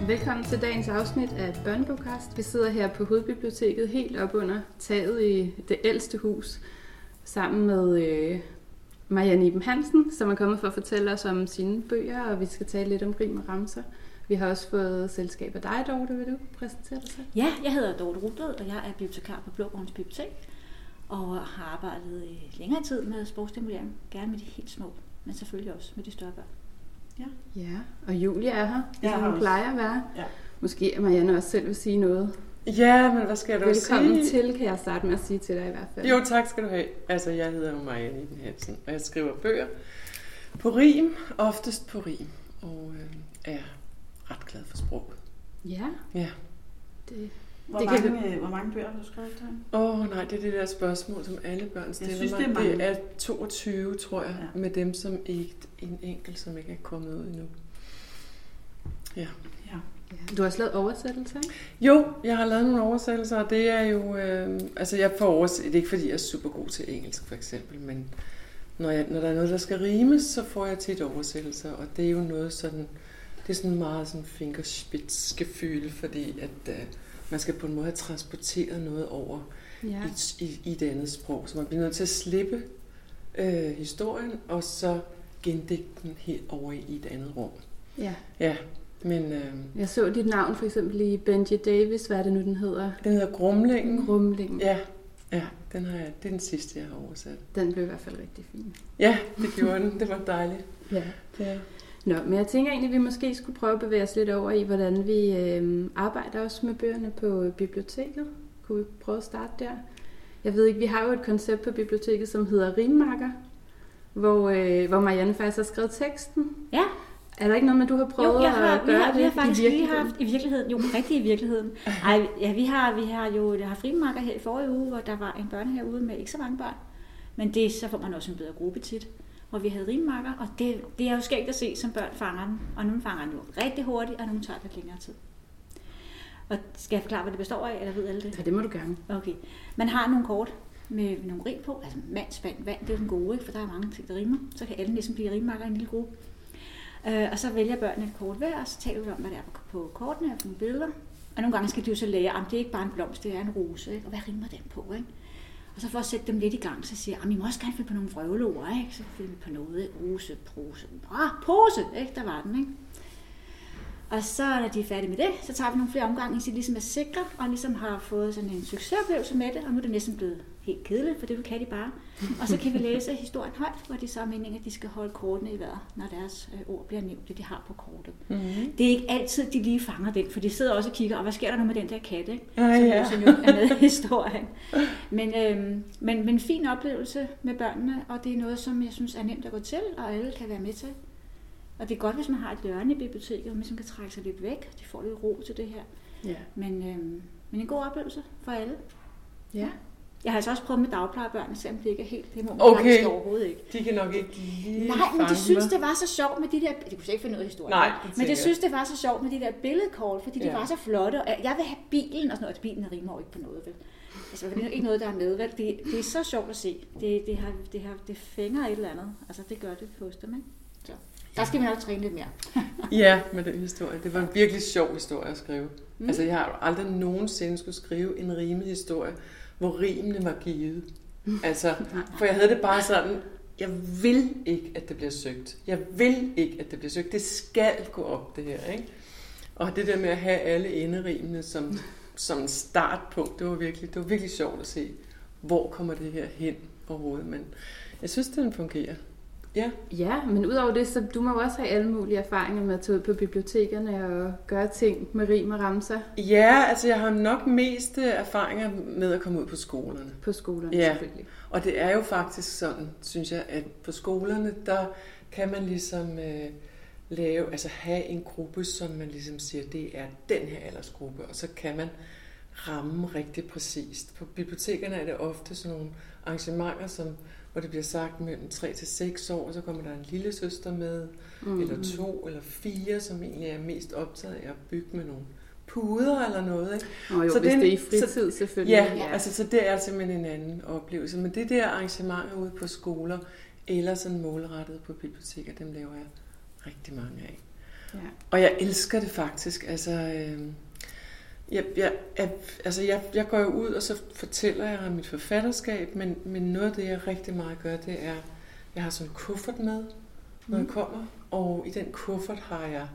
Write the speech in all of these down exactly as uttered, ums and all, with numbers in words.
Velkommen til dagens afsnit af Børnebogkast. Vi sidder her på Hovedbiblioteket helt op under taget i det ældste hus, sammen med øh, Marianne Iben Hansen, som er kommet for at fortælle os om sine bøger, og vi skal tale lidt om rim og ramser. Vi har også fået selskab af dig, Dorte. Vil du præsentere dig selv? Ja, jeg hedder Dorte Rudrød, og jeg er bibliotekar på Blågårdens Bibliotek, og har arbejdet i længere tid med sprogstimulering. Gerne med de helt små, men selvfølgelig også med de større børn. Ja, ja. Og Julie er her, som hun plejer at være. Ja. Måske Marianne også selv vil sige noget. Ja, men hvad skal du sige? Velkommen til, kan jeg starte med at sige til dig i hvert fald. Jo, tak skal du have. Altså, jeg hedder jo Marianne Iben Hansen, og jeg skriver bøger på rim, oftest på rim, og øh, er ret glad for sproget. Ja. Ja. Det, hvor, det mange, kan... hvor mange bøger har du skrevet til? Åh oh, nej, det er det der spørgsmål, som alle børn stiller synes, mig. det er mange. Det er toogtyve, tror jeg, Ja. med dem, som ikke, en enkelt, som ikke er kommet ud endnu. Ja. Ja. Du har også lavet oversættelser, ikke? Jo, jeg har lavet nogle oversættelser, og det er jo... Øh, altså, jeg får oversæt, det er ikke, fordi jeg er super god til engelsk, for eksempel, men når, jeg, når der er noget, der skal rimes, så får jeg tit oversættelser, og det er jo noget sådan... Det er sådan meget sådan fingerspidsgefühl, fordi at øh, man skal på en måde have transporteret noget over Ja. i, i, i det andet sprog, så man bliver nødt til at slippe øh, historien, og så gendigte den helt over i, i et andet rum. Ja. Ja, men... Øh, Jeg så dit navn for eksempel i Benji Davis, hvad er det nu, den hedder? Den hedder Grumlingen. Grumlingen. Ja, ja den har jeg, det er den sidste, jeg har oversat. Den blev i hvert fald rigtig fin. Ja, det gjorde den. Det var dejligt. Ja. Ja. Nå, men jeg tænker egentlig, at vi måske skulle prøve at bevæge os lidt over i, hvordan vi øh, arbejder også med bøgerne på biblioteket. Kunne vi prøve at starte der? Jeg ved ikke, vi har jo et koncept på biblioteket, som hedder Rimmarker, hvor, øh, hvor Marianne faktisk har skrevet teksten. Ja. Er der ikke noget med, du har prøvet jo, jeg har, at gøre vi har, det vi har faktisk i lige haft i virkeligheden, jo, rigtig i virkeligheden. Ej, ja, vi har, vi har jo jeg har Rimmarker her i forrige uge, hvor der var en børnehave ude med ikke så mange børn. Men det, så får man også en bedre gruppe tit, hvor vi havde rimmarker, og det, det er jo skægt at se, som børn fanger den. Og nogle fanger den jo rigtig hurtigt, og nogle tager lidt længere tid. Og skal jeg forklare, hvad det består af, eller ved alle det? Ja, det må du gerne. Okay. Man har nogle kort med nogle rim på, altså mand, spand, vand, det er den gode, ikke? For der er mange ting, der rimer. Så kan alle næsten blive rimmarker i en lille gruppe. Øh, og så vælger børnene et kort hver, og så taler vi om, hvad det er på kortene, og nogle billeder. Og nogle gange skal de jo så lære, at det er ikke bare en blomst, det er en rose, ikke? Og hvad rimer den på, ikke? Og så for at sætte dem lidt i gang, så siger jeg, at I må også gerne finde på nogle vrøvleord, ikke? Så finder vi på noget, rose, prose, ah, pose, ikke? Der var den, ikke? Og så når de er færdige med det, så tager vi nogle flere omgange, så de ligesom er sikre, og ligesom har fået sådan en succesoplevelse med det, og nu er det næsten blevet helt kedeligt, for det kan de bare. Og så kan vi læse historien højt, hvor de så er meningen, at de skal holde kortene i vejret, når deres ord bliver nævnt, det de har på kortet. Mm-hmm. Det er ikke altid, de lige fanger den, for de sidder også og kigger, og hvad sker der nu med den der kat, ikke? Ja, ja. Som jo er med i historien. Men, øhm, men, men en fin oplevelse med børnene, og det er noget, som jeg synes er nemt at gå til, og alle kan være med til. Og det er godt, hvis man har et hjørne i biblioteket, og man kan trække sig lidt væk. De får lidt ro til det her. Ja. Men, øhm, men en god oplevelse for alle. Ja. Jeg har altså også prøvet med dagplejerbørn, selvom det ikke er helt det må man Okay. faktisk overhovedet ikke. De kan nok ikke lige Nej, men de fange synes, mig. det var så sjovt med de der... Det kunne jeg ikke finde ud af historien. Nej, det men tænker det synes, det var så sjovt med de der billedkort, fordi de Ja. var så flotte. Og jeg vil have bilen og sådan noget. Bilen rimer jo ikke på noget, vel? Altså, det er ikke noget, der er med, vel? Det, det er så sjovt at se. Det, det, har, det, har, det fænger et eller andet. Altså, det gør det hos dem, ikke? Så. Der skal vi nok træne lidt mere. Ja, med den historie. Det var en virkelig sjov historie at skrive. Mm. Altså, jeg har aldrig nogensinde skulle skrive en rimet historie, hvor rimene var givet. Altså, for jeg havde det bare sådan, jeg vil ikke, at det bliver søgt. Jeg vil ikke, at det bliver søgt. Det skal gå op, det her, ikke? Og det der med at have alle enderimene som, som en startpunkt, det var, virkelig, det var virkelig sjovt at se, hvor kommer det her hen overhovedet. Men jeg synes, den fungerer. Ja. Ja, men udover det, så du må jo også have alle mulige erfaringer med at tage ud på bibliotekerne og gøre ting med rim og ramser. Ja, altså jeg har nok mest erfaringer med at komme ud på skolerne. På skolerne, Ja. selvfølgelig. Og det er jo faktisk sådan, synes jeg, at på skolerne, der kan man ligesom øh, lave, altså have en gruppe, som man ligesom siger, det er den her aldersgruppe, og så kan man ramme rigtig præcist. På bibliotekerne er det ofte sådan nogle arrangementer, som, hvor det bliver sagt mellem tre til seks år, og så kommer der en lille søster med, mm. eller to eller fire, som egentlig er mest optaget af at bygge med nogle puder eller noget. Ikke? Og jo, så hvis det er i fritid så, selvfølgelig. Ja, ja, altså så det er simpelthen en anden oplevelse. Men det der arrangementer ude på skoler, eller sådan målrettet på biblioteker, dem laver jeg rigtig mange af. Ja. Og jeg elsker det faktisk. Altså, øh, jeg, jeg, jeg, altså jeg, jeg går jo ud, og så fortæller jeg om mit forfatterskab, men, men noget af det, jeg rigtig meget gør, det er, jeg har sådan en kuffert med, når jeg kommer, og i den kuffert har jeg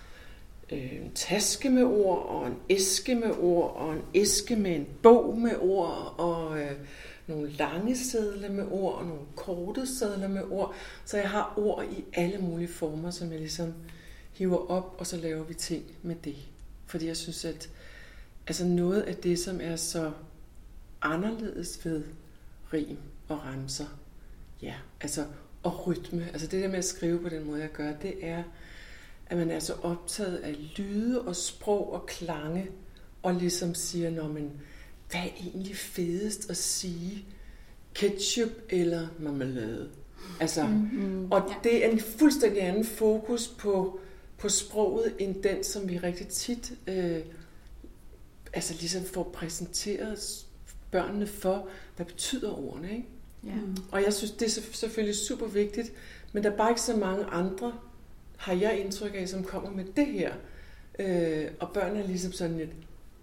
øh, en taske med ord, og en æske med ord, og en æske med en bog med ord, og øh, nogle lange sedler med ord, og nogle korte sedler med ord. Så jeg har ord i alle mulige former, som jeg ligesom hiver op, og så laver vi ting med det. Fordi jeg synes, at altså noget af det, som er så anderledes ved rim og remser, ja, altså og rytme, altså det der med at skrive på den måde, jeg gør, det er, at man er så optaget af lyde og sprog og klange, og ligesom siger, når man, hvad er egentlig fedest at sige? Ketchup eller marmelade? Altså, mm-hmm. Og det er en fuldstændig anden fokus på, på sproget, end den, som vi rigtig tit øh, altså ligesom får præsenteret børnene for, hvad betyder ordene, ikke? Ja. Og jeg synes, det er selvfølgelig super vigtigt, men der er bare ikke så mange andre, har jeg indtryk af, som kommer med det her. Øh, og børn er ligesom sådan lidt,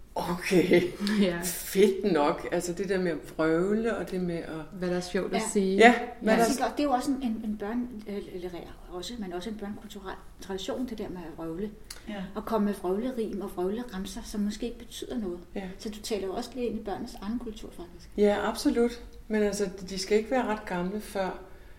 okay, ja. Fedt nok. Altså det der med at vrøvle, og det med at... Hvad der er sjovt ja. at sige. Ja, ja der... det er jo også en, en børnelitterær, også, men også en børnekulturel tradition, det der med at vrøvle. Ja. Og komme med vrøvlerim og vrøvleremser, som måske ikke betyder noget. Ja. Så du taler jo også lidt ind i børnenes egen kultur, faktisk. Ja, absolut. Men altså, de skal ikke være ret gamle, før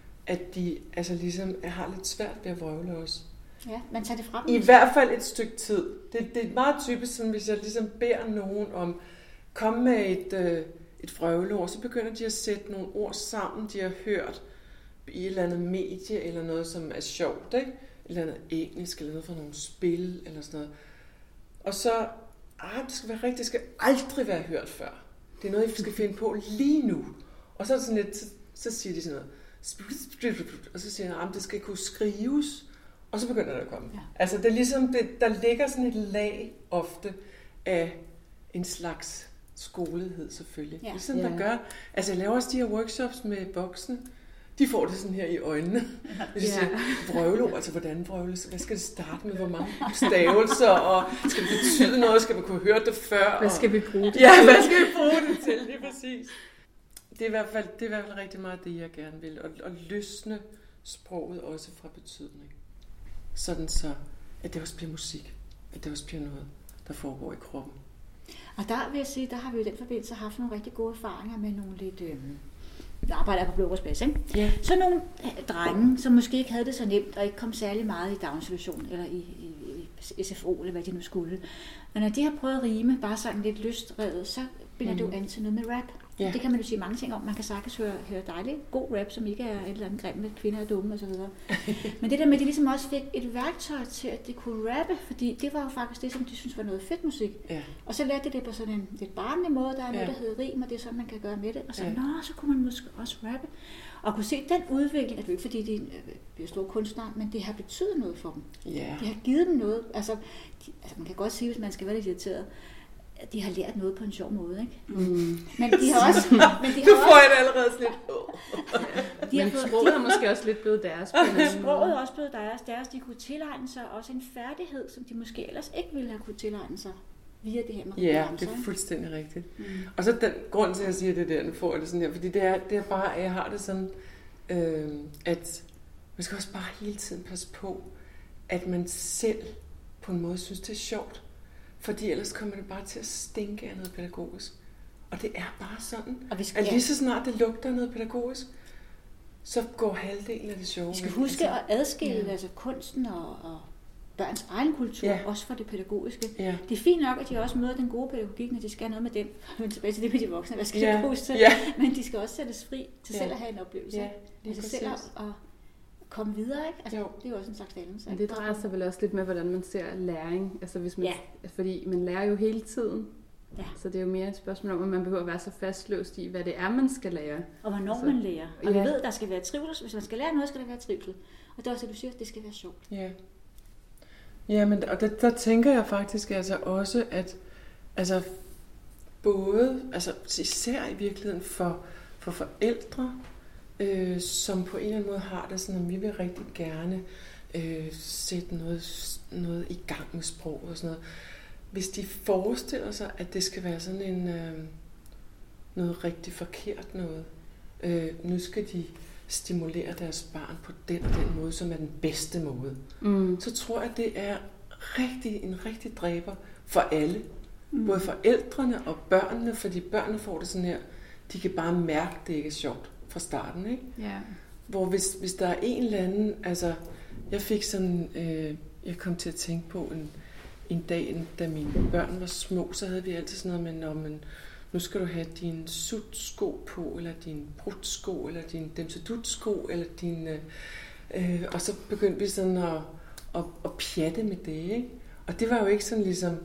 at de altså ligesom har lidt svært ved at vrøvle også. Ja, man tager det fra dem. I hvert fald et stykke tid. Det, det er meget typisk, sådan, hvis jeg ligesom beder nogen om komme med et, øh, et vrøvleord, så begynder de at sætte nogle ord sammen, de har hørt i et eller andet medie, eller noget, som er sjovt, ikke? Et eller andet engelsk, eller noget fra nogle spil, eller sådan noget. Og så, ah, det skal være rigtigt, det skal aldrig være hørt før. Det er noget, vi skal finde på lige nu. Og så er det sådan lidt, så, så siger de sådan noget, og så siger jeg, at det skal kunne skrives, og så begynder det at komme. Ja. Altså det er ligesom, det, der ligger sådan et lag ofte af en slags skolethed selvfølgelig. Ja. Ligesom der ja. gør, altså jeg laver også de her workshops med boksen, de får det sådan her i øjnene. Hvis jeg ja. siger, vrøvleord, altså hvordan vrøvles, hvad skal det starte med, hvor mange stavelser, og skal det betyde noget, skal man kunne høre det før? Hvad skal vi bruge det til? Ja, hvad skal vi bruge det til, lige præcis. Det er, i hvert fald, det er i hvert fald rigtig meget det, jeg gerne vil, og, og løsne sproget også fra betydning. Sådan så, at det også bliver musik, at det også bliver noget, der foregår i kroppen. Og der vil jeg sige, der har vi i den forbindelse haft nogle rigtig gode erfaringer med nogle lidt... Øh, der arbejder på Blågårdsplads, ikke? Ja. Så nogle drenge, som måske ikke havde det så nemt, og ikke kom særlig meget i daginstitution, eller i, i, i S F O, eller hvad de nu skulle. Men når de har prøvet at rime, bare sådan lidt lystredet, så binder mm. det jo an til noget med rap. Ja. Det kan man jo sige mange ting om. Man kan sagtens høre, høre dejligt god rap, som ikke er et eller andet grim med kvinder er dumme osv. Men det der med, at de ligesom også fik et værktøj til, at de kunne rappe, fordi det var jo faktisk det, som de synes var noget fedt musik. Ja. Og så lærte de det på sådan en lidt barnlig måde. Der er noget, ja. der hedder rim, og det er sådan, man kan gøre med det. Og så, ja. nå, så kunne man måske også rappe. Og kunne se den udvikling, at det ikke fordi de bliver store kunstnere, men det har betydet noget for dem. Ja. Det har givet dem noget. Altså, de, altså man kan godt sige, hvis man skal være lidt irriteret, de har lært noget på en sjov måde, ikke? Mm. Men de har også... Men de har du får jeg det allerede sådan lidt... de men fået, sproget de, er måske også lidt blevet deres. Sproget er også blevet deres. deres. De kunne tilegne sig også en færdighed, som de måske ellers ikke ville have kunne tilegne sig via det her med ja, det er fuldstændig rigtigt. Mm. Og så den grund til, at jeg siger det der, nu får jeg det sådan her, fordi det er, det er bare, at jeg har det sådan, øh, at man skal også bare hele tiden passe på, at man selv på en måde synes, det er sjovt. Fordi ellers kommer det bare til at stinke af noget pædagogisk. Og det er bare sådan, skal, at lige så snart det lugter noget pædagogisk, så går halvdelen af det sjove. Vi skal huske at adskille ja. altså kunsten og, og børns egen kultur, ja. også for det pædagogiske. Ja. Det er fint nok, at de også møder den gode pædagogik, når de skal have noget med den. Men tilbage til det med de voksne, hvad skal ja. de bruges til? Ja. Men de skal også sættes fri til ja. selv at have en oplevelse. Ja. Altså selv at, at komme videre, ikke? Altså, det er jo også en slags dannelse. Men det drejer sig vel også lidt med, hvordan man ser læring. Altså, hvis man, ja. Fordi man lærer jo hele tiden. Ja. Så det er jo mere et spørgsmål om, at man behøver at være så fastlåst i, hvad det er, man skal lære. Og hvornår altså, man lærer. Og ja. vi ved, at der skal være trivsel. Hvis man skal lære noget, skal der være trivsel. Og det er også, at du siger, at det skal være sjovt. Ja. Ja, men og der, der tænker jeg faktisk altså også, at altså, både, altså især i virkeligheden for, for forældre, øh, som på en eller anden måde har det sådan, at vi vil rigtig gerne øh, sætte noget, noget i gang med sprog og sådan noget. Hvis de forestiller sig, at det skal være sådan en øh, noget rigtig forkert noget, øh, nu skal de stimulere deres barn på den og den måde, som er den bedste måde, mm. så tror jeg, at det er rigtig, en rigtig dræber for alle. Mm. Både forældrene og børnene, fordi børnene får det sådan her, de kan bare mærke, at det ikke er sjovt fra starten, ikke? Yeah. Hvor hvis, hvis der er en eller anden, altså, jeg fik sådan, øh, jeg kom til at tænke på en, en dag, da mine børn var små, så havde vi altid sådan noget med, når man, nu skal du have din sutsko på, eller din brudsko, eller din demsedutsko, eller din, øh, øh, og så begyndte vi sådan at, at, at pjatte med det, ikke? Og det var jo ikke sådan ligesom,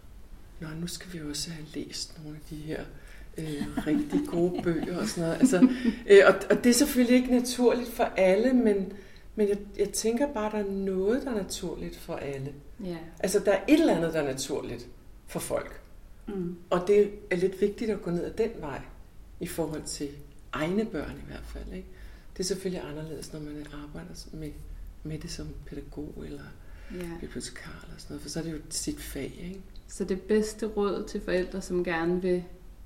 nå, nu skal vi jo også have læst nogle af de her øh, rigtig gode bøger og sådan noget. Altså, øh, og, og det er selvfølgelig ikke naturligt for alle, men, men jeg, jeg tænker bare, at der er noget, der er naturligt for alle. Yeah. Altså, der er et eller andet, der er naturligt for folk. Mm. Og det er lidt vigtigt at gå ned ad den vej, i forhold til egne børn i hvert fald, ikke? Det er selvfølgelig anderledes, når man arbejder med, med det som pædagog eller yeah. bibliotekar eller sådan noget, for så er det jo sit fag, ikke? Så det bedste råd til forældre, som gerne vil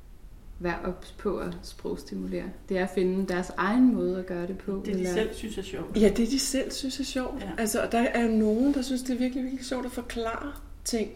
være ops på at sprogstimulere, det er at finde deres egen måde at gøre det på. Det, de eller... selv synes er sjovt. Ja, det de selv synes er sjovt. Ja. Altså, og der er jo nogen, der synes, det er virkelig, virkelig sjovt at forklare ting.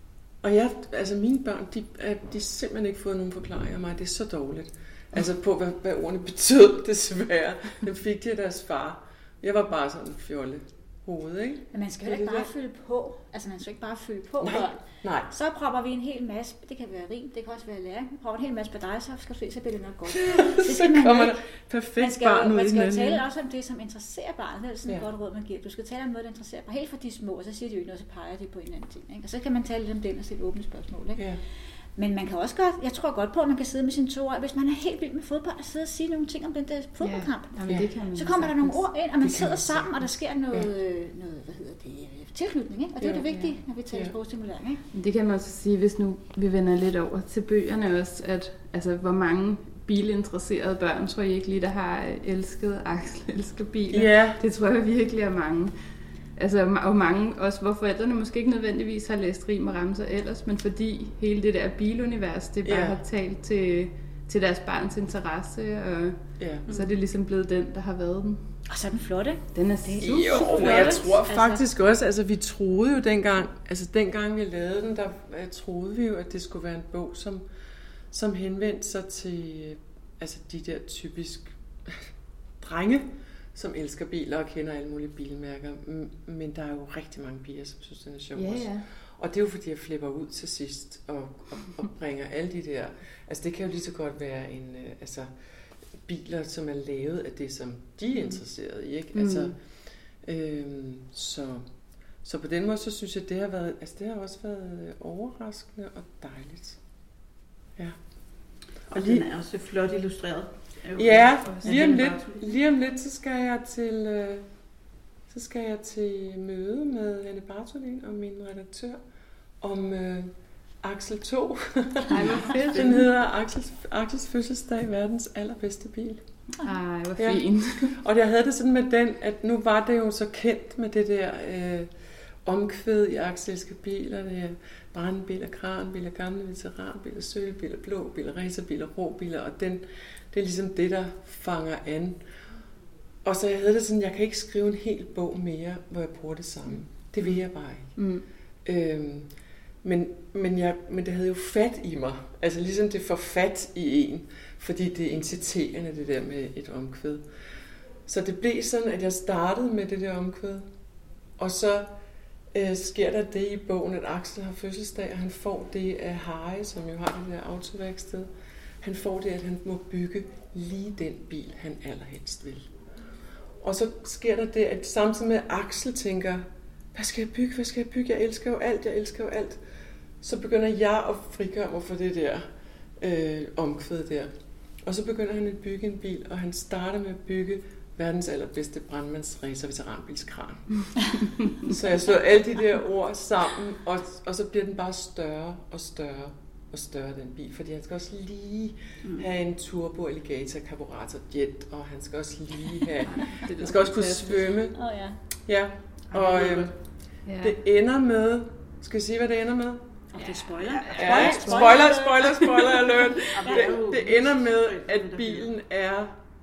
Og jeg, altså mine børn, de har de simpelthen ikke fået nogen forklaring af mig. Det er så dårligt. Altså på, hvad, hvad ordene betød, desværre. Den fik de af deres far. Jeg var bare sådan en fjolle hoved, ikke? Men man skal jo ikke bare fylde på. Altså man skal ikke bare fylde på nej, børn. Nej. Så propper vi en hel masse. Det kan være rim, det kan også være læring. Vi propper en hel masse på dig, så skal du se, så bliver det nok godt. Det så kommer der perfekt barn ud i Man skal jo den tale også om det, som interesserer barnet. Det er sådan et ja. godt råd, man giver. Du skal tale om noget, der interesserer bare helt for de små, og så siger de jo ikke noget, så peger de på en anden ting. Ikke? Og så kan man tale lidt om den og stille åbne spørgsmål. Ikke? Ja. Men man kan også godt, jeg tror godt på, at man kan sidde med sine to år, hvis man er helt vild med fodbold, og sidde og sige nogle ting om den der fodboldkamp. Ja, jamen, det kan man så kommer der nogle ord ind, og man det sidder sammen, og der sker noget, ja. noget hvad hedder det, tilknytning, ikke? Og det er ja, det vigtige, ja. når vi taler ja. sprogstimulering. Ikke? Det kan man også sige, hvis nu vi vender lidt over til bøgerne også, at altså, hvor mange bilinteresserede børn, tror jeg ikke lige, der har elsket Axel, elsker biler. Ja. Det tror jeg virkelig er mange. Altså, og mange, også hvor forældrene måske ikke nødvendigvis har læst rim og ramser ellers, men fordi hele det der bilunivers, det bare yeah. har talt til, til deres barns interesse, og yeah. så er det ligesom blevet den, der har været den. Og så er den flot, ikke? Den er super jo, flot. Jeg tror faktisk også, altså vi troede jo dengang, altså dengang vi lavede den, der troede vi jo, at det skulle være en bog, som, som henvendte sig til altså de der typisk drenge, som elsker biler og kender alle mulige bilmærker. Men der er jo rigtig mange piger, som synes, den er sjov ja, også. Ja. Og det er jo fordi, jeg flipper ud til sidst og, og, og bringer alle de der... Altså det kan jo lige så godt være en... Altså biler, som er lavet af det, som de er interesseret i. Ikke? Mm. Altså, øhm, så, så på den måde, så synes jeg, det har været... Altså det har også været overraskende og dejligt. Ja. Og, og lige, den er også flot illustreret. Ja, lige om, lidt, lige om lidt, så skal jeg til, øh, så skal jeg til møde med Janne Bartolin og min redaktør om øh, Axel to. Ej, hvor fedt. Den hedder Axels, Axels fødselsdag, verdens allerbedste bil. Ej, hvor fint. Ja. Og jeg havde det sådan med den, at nu var det jo så kendt med det der øh, omkvæd i Axelske biler, det er brandbiler, kranbiler, gamle veteranbiler, sølvbiler, blåbiler, racerbiler, råbiler, og den, det er ligesom det, der fanger an. Og så jeg havde det sådan, jeg kan ikke skrive en hel bog mere, hvor jeg bruger det samme. Det vil jeg bare ikke. Mm. Øhm, men, men, jeg, men det havde jo fat i mig. Altså ligesom det får fat i en, fordi det er inciterende, det der med et omkvæd. Så det blev sådan, at jeg startede med det der omkvæd, og så øh, sker der det i bogen, at Axel har fødselsdag, og han får det af Harry, som jo har det der autoværksted. Han får det, at han må bygge lige den bil, han allerhelst vil. Og så sker der det, at samtidig med Axel tænker, hvad skal jeg bygge, hvad skal jeg bygge, jeg elsker jo alt, jeg elsker jo alt. Så begynder jeg at frigøre mig for det der øh, omkvæd der. Og så begynder han at bygge en bil, og han starter med at bygge verdens allerbedste brandmandsracer veteranbilskran. Så jeg slår alle de der ord sammen, og, og så bliver den bare større og større og større, den bil. Fordi han skal også lige have en turbo alligator karburator jet, og han skal også lige have... Han skal også kunne svømme. Oh, ja. Ja. Og øh, Ja. det ender med... Skal jeg sige, hvad det ender med? Og det er spoiler. Ja, spoiler, spoiler, spoiler alert. Det, det ender med, at bilen er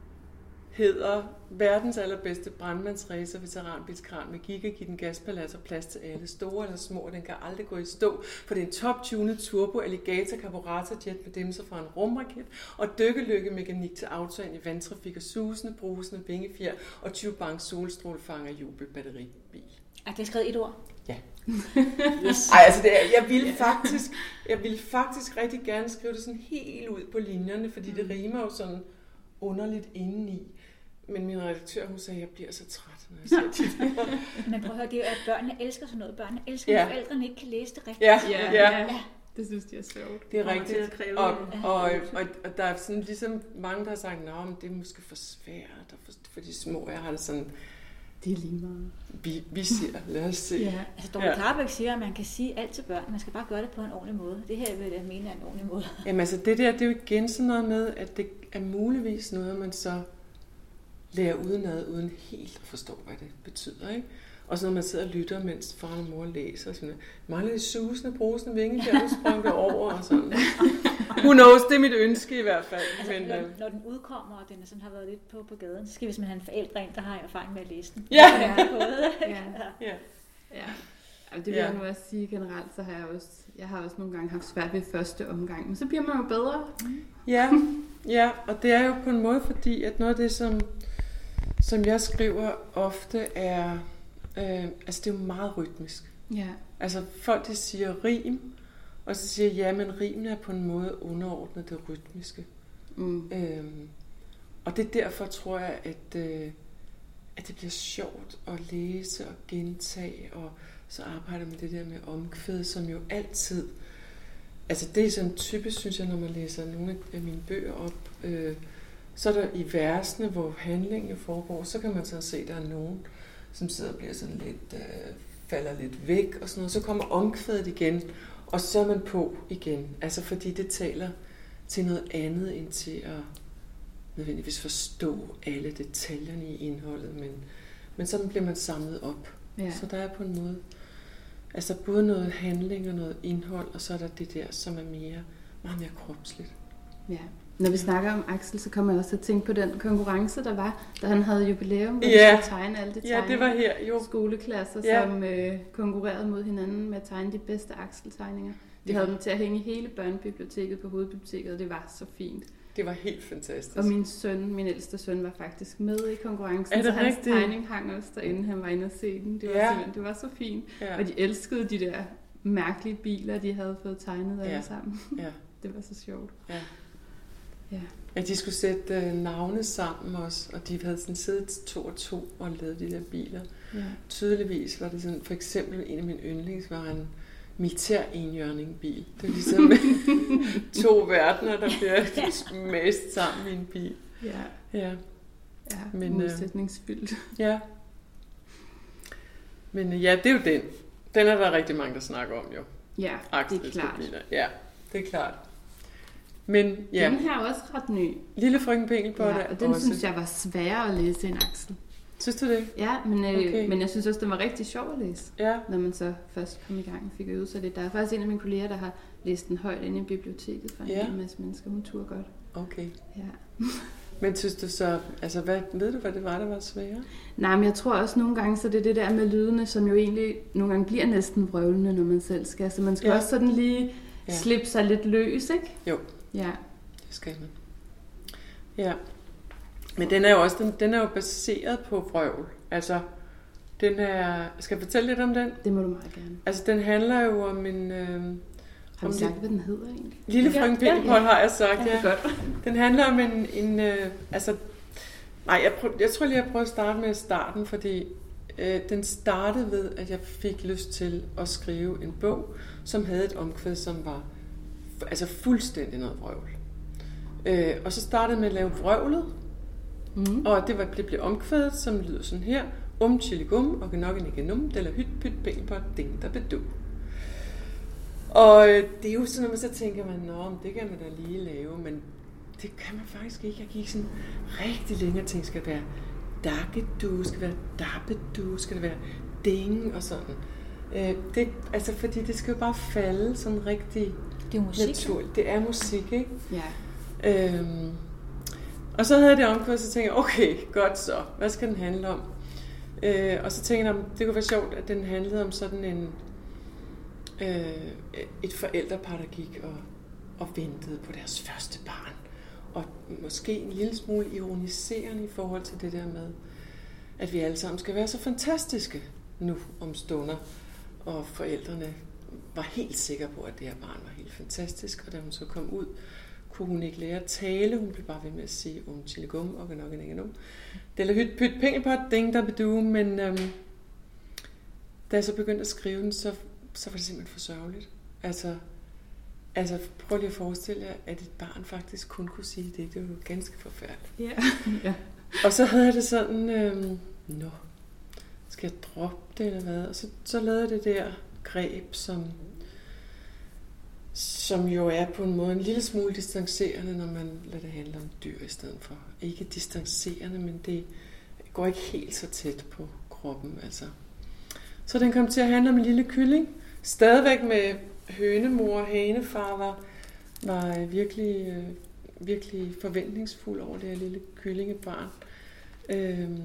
hedder verdens allerbedste brandmandsracer veteranbilskran med gigagitten gaspalads og plads til alle, store eller små. Den kan aldrig gå i stå, for det er en top-tunet turbo alligator karburatorjet med dimser fra en rumraket og dykkelykke mekanik til autoen i vandtrafik og susende, brusende vingefjer og tyve bank solstrålefanger jubelbatteribil. Er det skrevet et ord? Ja. Yes. Ej, altså det er, jeg ville faktisk, jeg ville faktisk rigtig gerne skrive det sådan helt ud på linjerne, fordi det rimer jo sådan underligt indeni. Men min redaktør, hun sagde, at jeg bliver så træt, når jeg siger det. Men prøv at høre, det er jo, at børnene elsker sådan noget. Børnene elsker, Ja. at forældrene ikke kan læse det rigtigt. Ja, Ja, ja, ja. Det synes de er sjovt. det er Kommer til at rigtigt. kræve- Og, og, og, og der er sådan ligesom mange, der har sagt, at det er måske for svært, og for, for de små. Jeg har det sådan, Det er lige meget. vi, vi siger, lad os se. Ja. Altså, Dorte Ja. Karbæk siger, at man kan sige alt til børn. Man skal bare gøre det på en ordentlig måde. Det her vil jeg mene er en ordentlig måde. Jamen altså det der, det er jo igen sådan noget med, at det er muligvis noget, man så lærer udenad, uden helt at forstå, hvad det betyder, ikke? Og så når man sidder og lytter, mens far og mor læser, og sådan noget, mangler det susende, brusende vinge, der nu sprang det over, og sådan. Who knows, det er mit ønske i hvert fald. Altså, Men, når, øh, når den udkommer, og den er sådan, har været lidt på, på gaden, så skal vi simpelthen have en forældre ind, der har erfaring med at læse den. Ja. Det er både. Ja. ja. Ja. Altså, det vil Ja. jeg nu også sige generelt, så har jeg også, jeg har også nogle gange haft svært ved første omgang, men så bliver man jo bedre. Ja, ja, og det er jo på en måde, fordi at noget af det, som, som jeg skriver ofte er, øh, altså det er jo meget rytmisk. Ja. Altså folk, de siger rim, og så siger jeg, ja, men rimen er på en måde underordnet det rytmiske. Mm. Øhm, og det er derfor, tror jeg, at, øh, at det bliver sjovt at læse og gentage, og så arbejder med det der med omkvæd, som jo altid, altså det er sådan typisk, synes jeg, når man læser nogle af mine bøger op, øh, så er der i versene, hvor handlingen jo foregår, så kan man så se, at der er nogen, som sidder og bliver sådan lidt, øh, falder lidt væk, og sådan noget. Så kommer omkvædet igen, og så er man på igen. Altså fordi det taler til noget andet, end til at nødvendigvis forstå alle detaljerne i indholdet, men, men så bliver man samlet op. Ja. Så der er på en måde, altså både noget handling og noget indhold, og så er der det der, som er mere, meget mere kropsligt. Ja. Når vi snakker om Axel, så kommer jeg også til at tænke på den konkurrence, der var, da han havde jubilæum, hvor Ja. han skulle tegne alle de Ja, tegninger. det var her, jo. Skoleklasser, Ja. som øh, konkurrerede mod hinanden med at tegne de bedste Axel-tegninger. De havde dem til at hænge i hele børnebiblioteket på hovedbiblioteket, og det var så fint. Det var helt fantastisk. Og min søn, min ældste søn, var faktisk med i konkurrencen, Er det så hans rigtigt? tegning hang også derinde, han var inde og se den. Det var, Ja. simpelthen, det var så fint. Ja. Og de elskede de der mærkelige biler, de havde fået tegnet alle Ja. sammen. Ja. Det var så sjovt. Ja. Ja. Ja, de skulle sætte øh, navne sammen også, og de havde sådan siddet to og to og lavet de der biler. Ja. Tydeligvis var det sådan, for eksempel en af mine yndlings var en militær enhjørning-bil. Det er ligesom to verdener, der bliver mast sammen i en bil. Ja. Ja, Ja, Men, men, øh, modsætningsfyldt. ja. Men øh, ja, det er jo den. Den er der rigtig mange, der snakker om jo. Ja, Axel det er klart. Biler. Ja, det er klart. Men ja, Den her er også ret ny. Lille frøken Pinkelpotte Ja, og den også. synes jeg var sværere at læse end Axel. Synes du det? Ja, men, øh, Okay. men jeg synes også, den var rigtig sjov at læse, Ja. når man så først kom i gang og fik øvet sig lidt. Der er faktisk en af mine kolleger, der har læst den højt inde i biblioteket for en Ja. hel masse mennesker. Hun turde godt. Okay. Ja. Men synes du så, altså hvad, ved du, hvad det var, der var sværere? Nej, men jeg tror også nogle gange, så det er det der med lydene, som jo egentlig nogle gange bliver næsten vrøvlende, når man selv skal. Så man skal Ja. også sådan lige Ja. slippe sig lidt løs, ikke? Jo. Ja. Det skal man. Ja. Men den er jo også, den, den er jo baseret på vrøvl. Altså, den er, skal jeg fortælle lidt om den? Det må du meget gerne. Altså, den handler jo om en... Øh, Har om vi det- sagt, hvad den hedder egentlig? Lille Ja, frøken ja, Pinkelpotte har jeg sagt, Ja, ja. godt. Den handler om en... en øh, altså, nej, jeg, prøv, jeg tror lige, jeg prøver at starte med starten, fordi øh, den startede ved, at jeg fik lyst til at skrive en bog, som havde et omkvæd, som var altså fuldstændig noget vrøvl. Øh, og så startede jeg med at lave vrøvlet, Mm. og det, var, det blev omkvædet, som lyder sådan her. Um chiligum, og nok en igenum, eller hyt pyt pinkelpot, ding der bedu. Og øh, det er jo sådan, når man så tænker man, nå, det kan man da lige lave, men det kan man faktisk ikke. Jeg gik sådan rigtig længe og tænkte, skal det være dakkedu, skal det være dabbedu, skal det være ding og sådan. Øh, det, altså, fordi det skal jo bare falde sådan rigtig Det er musik. naturligt. Det er musik, ikke? Ja. Øhm, og så havde jeg det omkvædet, så tænkte jeg, okay, godt så. Hvad skal den handle om? Øh, og så tænkte jeg, det kunne være sjovt, at den handlede om sådan en øh, et forældrepar, der gik og, og ventede på deres første barn. Og måske en lille smule ironiserende i forhold til det der med, at vi alle sammen skal være så fantastiske nu om stunder. Og forældrene var helt sikre på, at det her barn var helt fantastisk. Og da hun så kom ud, kunne hun ikke lære at tale. Hun blev bare ved med at sige om chiligum og nok en engelum. Det er hyt pyt penge på ding der bedu, men øhm, da jeg så begyndte at skrive den, så, så var det simpelthen for sørgeligt. Altså, altså prøv lige at forestille jer, at et barn faktisk kun kunne sige det. Det var jo ganske forfærdeligt. Ja. Ja. Og så havde jeg det sådan, øhm, nå, skal jeg droppe det eller hvad? Og så, så lavede jeg det der greb, som, som jo er på en måde en lille smule distancerende, når man lader det handle om dyr i stedet for. Ikke distancerende, men det går ikke helt så tæt på kroppen. Altså. Så den kom til at handle om en lille kylling. Stadigvæk med hønemor og hanefar var, var virkelig, virkelig forventningsfuld over det her lille kyllingebarn. Øhm,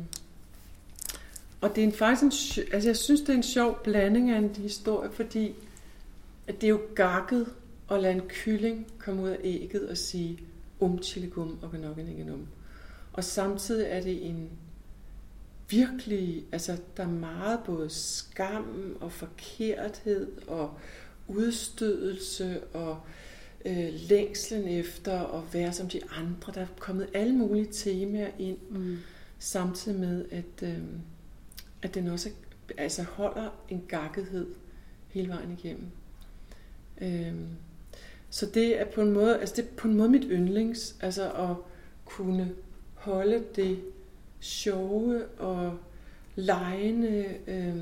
og det er en, faktisk en, altså jeg synes, det er en sjov blanding af en historie, fordi at det er jo gakket at lade en kylling komme ud af ægget og sige um chiligum og nok en engenum. Og samtidig er det en virkelig, altså der er meget både skam og forkerthed og udstødelse og øh, længslen efter at være som de andre. Der er kommet alle mulige temaer ind, mm. samtidig med, at, øh, at den også altså holder en gakkethed hele vejen igennem. Øh, så det er på en måde, altså det er på en måde mit yndlings, altså at kunne holde det sjove og legende, øh,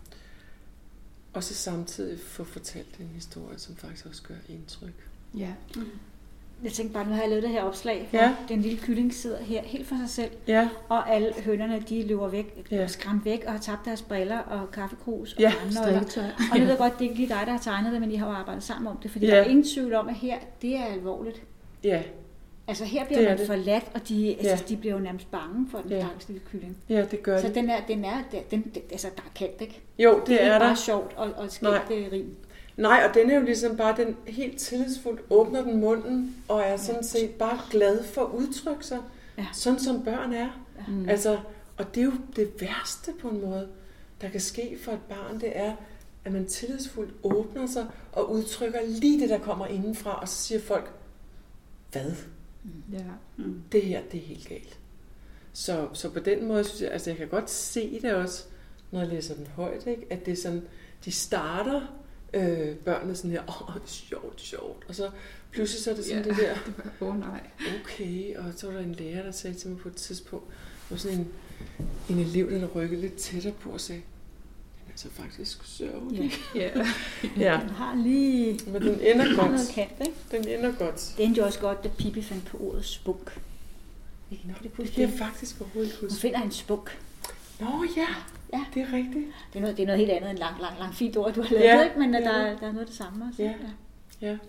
og så samtidig få fortalt en historie, som faktisk også gør indtryk. Ja. Mm. Jeg tænkte bare, nu har jeg lavet det her opslag, hvor ja. den lille kylling sidder her helt for sig selv, ja. og alle hønerne, de løber væk, ja. skræmt væk og har tabt deres briller og kaffekrus og ja. brandnøgler. Og nu ved jeg godt, det er ikke lige dig, der har tegnet det, men I har jo arbejdet sammen om det, fordi ja. der er ingen tvivl om, at her, det er alvorligt. Ja. Altså her bliver man det. forladt, og de, ja. altså, de bliver jo nærmest bange for den ja. stakkels lille kylling. Ja, det gør Så det. den er, den er, den, den, altså der er kant, ikke? Jo, det, det er, er er der. bare sjovt og, og skægt rim. Nej, og den er jo ligesom bare, den helt tillidsfuldt åbner den munden, og er sådan ja. set bare glad for at udtrykke sig, ja. sådan som børn er. Ja. Mm. Altså, og det er jo det værste på en måde, der kan ske for et barn, det er, at man tillidsfuldt åbner sig og udtrykker lige det, der kommer indenfra, og så siger folk, hvad? Ja. Mm. Det her, det er helt galt. Så, så på den måde, synes jeg, altså jeg kan godt se det også, når jeg læser den højt, ikke? At det er sådan, de starter øh, børnene sådan her, åh, oh, sjovt, sjovt, og så pludselig så er det sådan ja, det der, åh oh, nej, okay, og så var der en lærer, der sagde til mig på et tidspunkt, der var sådan en, en elev, der rykkede lidt tættere på og sagde, den er altså faktisk sørgelig. Ja. ja. Den har lige... Men den ender godt. Kant, ikke? Den ender godt. Det endte jo også godt, da Pippi fandt på ordet spunk. Nå, det kunne jeg faktisk overhovedet ikke huske. Hun finder en spunk. Nå ja, ja, det er rigtigt. Det er noget, det er noget helt andet end lang, lang, lang fint ord, du har lavet, ja, ikke? Men ja. der, der er noget af det samme også. Ja, ja. ja.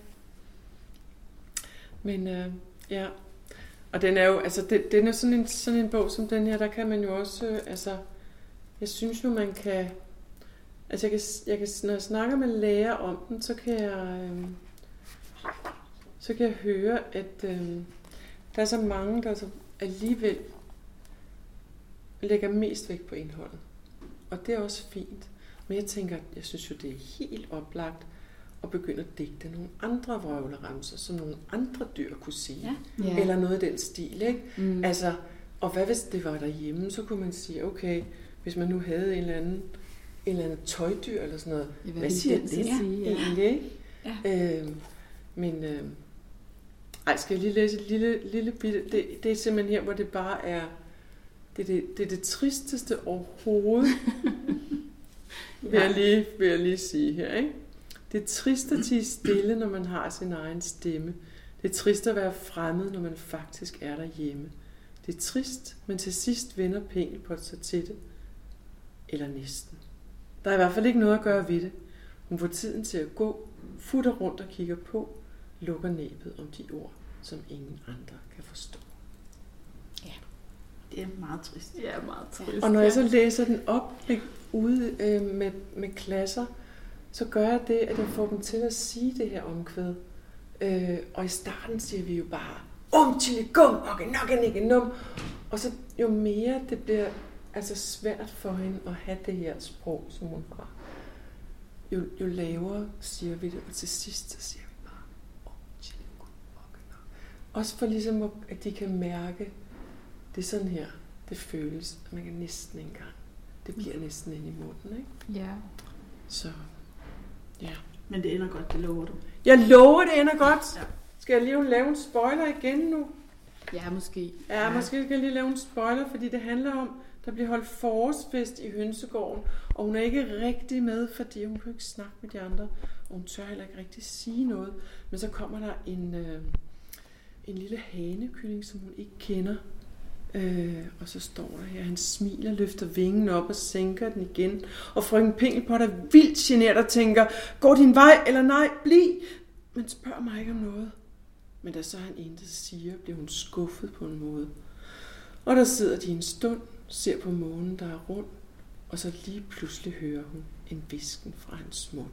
Men øh, ja, og den er jo, altså det, den er sådan en, sådan en bog som den her, der kan man jo også, øh, altså, jeg synes nu man kan, altså jeg kan, jeg kan når jeg snakker med lærer om den, så kan jeg, øh, så kan jeg høre, at øh, der er så mange, der så alligevel lægger mest vægt på indholdet. Og det er også fint. Men jeg tænker, jeg synes jo, det er helt oplagt at begynde at digte nogle andre vrøvleramser, som nogle andre dyr kunne sige. Ja. Ja. Eller noget i den stil, ikke? Mm. Altså, og hvad hvis det var derhjemme, så kunne man sige, okay, hvis man nu havde en eller anden, en eller anden tøjdyr eller sådan noget, ja, hvad, hvad siger det egentlig, ja. ikke? Ja. Øhm, men, øh, ej, skal jeg lige læse et lille, lille bitte, det, det er simpelthen her, hvor det bare er, det er det, det, er det tristeste overhovedet, vil, jeg lige, vil jeg lige sige her, ikke? Det er trist at tie stille, når man har sin egen stemme. Det er trist at være fremmed, når man faktisk er derhjemme. Det er trist, men til sidst vender Pengelpot sig til det. Eller næsten. Der er i hvert fald ikke noget at gøre ved det. Hun får tiden til at gå, futter rundt og kigger på, lukker næbet om de ord, som ingen andre kan forstå. Ja, det er meget trist. Ja, meget trist. Og når jeg så læser den op ude øh, med, med klasser, så gør jeg det, at jeg får dem til at sige det her omkvæd. Øh, og i starten siger vi jo bare, um, chili, gum, okay, nok ikke num. Og så jo mere det bliver altså svært for hende at have det her sprog, som hun har, jo, jo lavere siger vi det, og til sidst så siger vi bare, um, chili, gum, okay, nok. Også for ligesom, at de kan mærke, det er sådan her, det føles, at man kan næsten ikke engang. Det bliver næsten ind i munden, ikke? Ja. Så, ja. Men det ender godt, det lover du. Jeg lover, det ender godt. Ja. Skal jeg lige lave en spoiler igen nu? Ja, måske. Ja, ja, måske skal jeg lige lave en spoiler, fordi det handler om, der bliver holdt forårsfest i hønsegården, og hun er ikke rigtig med, fordi hun kan ikke snakke med de andre, og hun tør heller ikke rigtig sige noget. Men så kommer der en, øh, en lille hanekylling, som hun ikke kender, øh, og så står der her, han smiler, løfter vingen op og sænker den igen, og frøken Pinkelpot er vildt genert og tænker, går din vej eller nej, bliv, men spørg mig ikke om noget. Men da så han intet siger, bliver hun skuffet på en måde. Og der sidder de en stund, ser på månen, der er rund, og så lige pludselig hører hun en hvisken fra hans mund.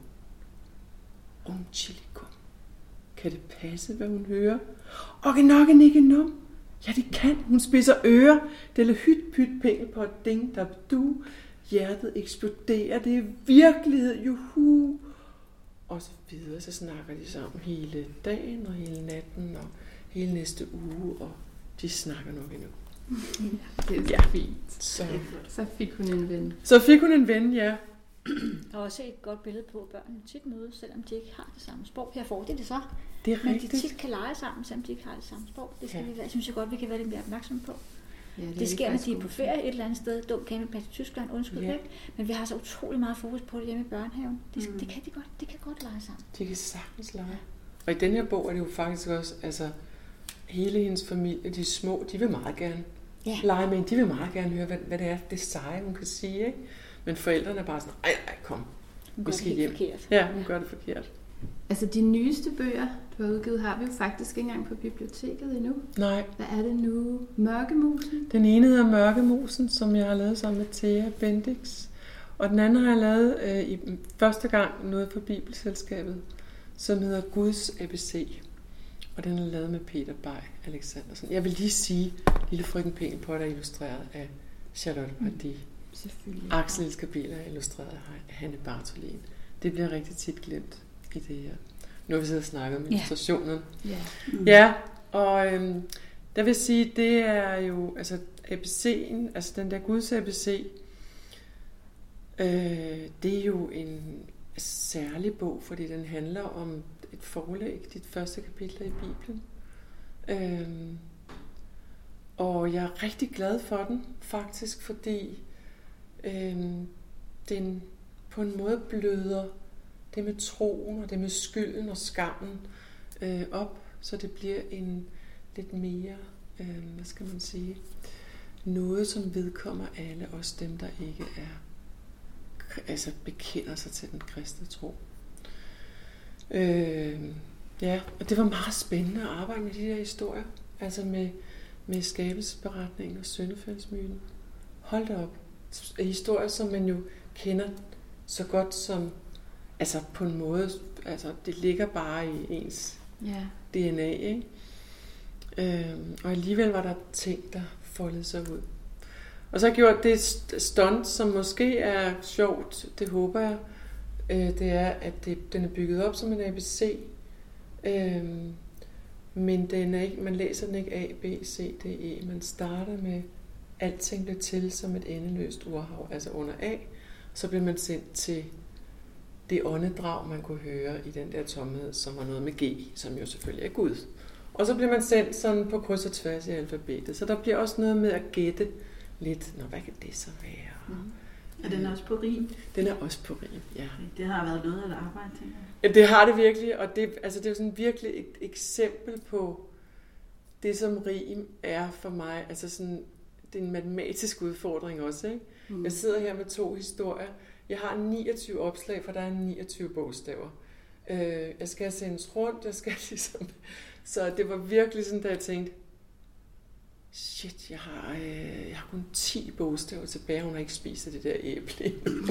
Um chilikum. Kan det passe, hvad hun hører? Og genokken ikke num. Ja, det kan. Hun spidser ører. Det er hyt pyt Pinkelpot ding der du. Hjertet eksploderer. Det er virkelighed. Juhu. Og så videre, så snakker de sammen hele dagen og hele natten og hele næste uge, og de snakker nok endnu. Ja, det er så Ja. fint. Så. Så fik hun en ven. så fik hun en ven, ja. Der er også et godt billede på, at børnene tit mødes, selvom de ikke har det samme sprog. Her får de det så. Det er Men de rigtigt. tit kan lege sammen, selvom de ikke har det samme sprog. Det skal Ja. vi være, synes jeg godt, vi kan være lidt mere opmærksomme på. Ja, Det, det sker, når de er på ferie et eller andet sted. Dumt campingplads i Tyskland, undskyld Ja. væk. Men vi har så utrolig meget fokus på det hjemme i børnehaven. Det, Mm. det kan de godt. De kan godt lege sammen. De kan sagtens lege. Og i den her bog er det jo faktisk også, altså hele hendes familie, de små, de vil meget gerne Ja. lege med hende. De vil meget gerne høre, hvad, hvad det er, det seje, hun kan sige, ikke? Men forældrene er bare sådan, ej, ej, kom. Hun Vi gør skal det hjem. helt forkert. Ja, hun gør det forkert. Altså, de nyeste bøger, du har udgivet, har vi jo faktisk ikke engang på biblioteket endnu. Nej, Hvad er det nu? Mørkemusen? den ene hedder Mørkemusen, som jeg har lavet sammen med Thea Bendix. Og den anden har jeg lavet øh, i første gang noget for Bibelselskabet, som hedder Guds A B C. Og den er lavet med Peter Bay Alexandersen. Jeg vil lige sige, Lille frøken Pinkelpot er illustreret af Charlotte Pardee. Selvfølgelig. Axel Elsker er illustreret af Hanne Bartolin. Det bliver rigtig tit glemt i det her. Nu har vi siddet og snakket om Ja. illustrationen. Ja. Mm. Ja, og øhm, der vil sige, det er jo, altså A B C'en, altså den der Guds A B C, øh, det er jo en særlig bog, fordi den handler om et forlæg, dit første kapitel i Bibelen. Øhm, og jeg er rigtig glad for den, faktisk, fordi øhm, den på en måde bløder det med troen og det med skylden og skammen øh, op, så det bliver en lidt mere, øh, hvad skal man sige, noget, som vedkommer alle os dem, der ikke er, altså bekender sig til den kristne tro. Øh, ja, og det var meget spændende at arbejde med de der historier, altså med, med skabelsesberetningen og syndefaldsmyten. Hold da op. Historier, som man jo kender så godt som, altså på en måde, altså det ligger bare i ens Ja. D N A, ikke? Øhm, og alligevel var der ting, der foldede sig ud. Og så har jeg gjort det stunt, som måske er sjovt, det håber jeg, øh, det er, at det, den er bygget op som en A B C, øhm, men den er ikke, man læser den ikke A, B, C, D, E. Man starter med, alting bliver til som et endeløst urhav, altså under A, så bliver man sendt til det åndedrag, man kunne høre i den der tomhed, som var noget med G, som jo selvfølgelig er Gud. Og så bliver man sendt sådan på kryds og tværs i alfabetet. Så der bliver også noget med at gætte lidt, nå, hvad kan det så være? Mm. Og den er også på rim. Den er også på rim, ja. Det har været noget af et arbejde, tænker jeg. Ja, det har det virkelig, og det, altså det er jo sådan virkelig et eksempel på det, som rim er for mig. Altså sådan, det er en matematisk udfordring også, ikke? Mm. Jeg sidder her med to historier. Jeg har niogtyve opslag, for der er niogtyve bogstaver. Øh, jeg skal sendes rundt, jeg skal ligesom... Så det var virkelig sådan, da jeg tænkte, shit, jeg har, øh, jeg har kun ti bogstaver tilbage, hun har ikke spist det der æble.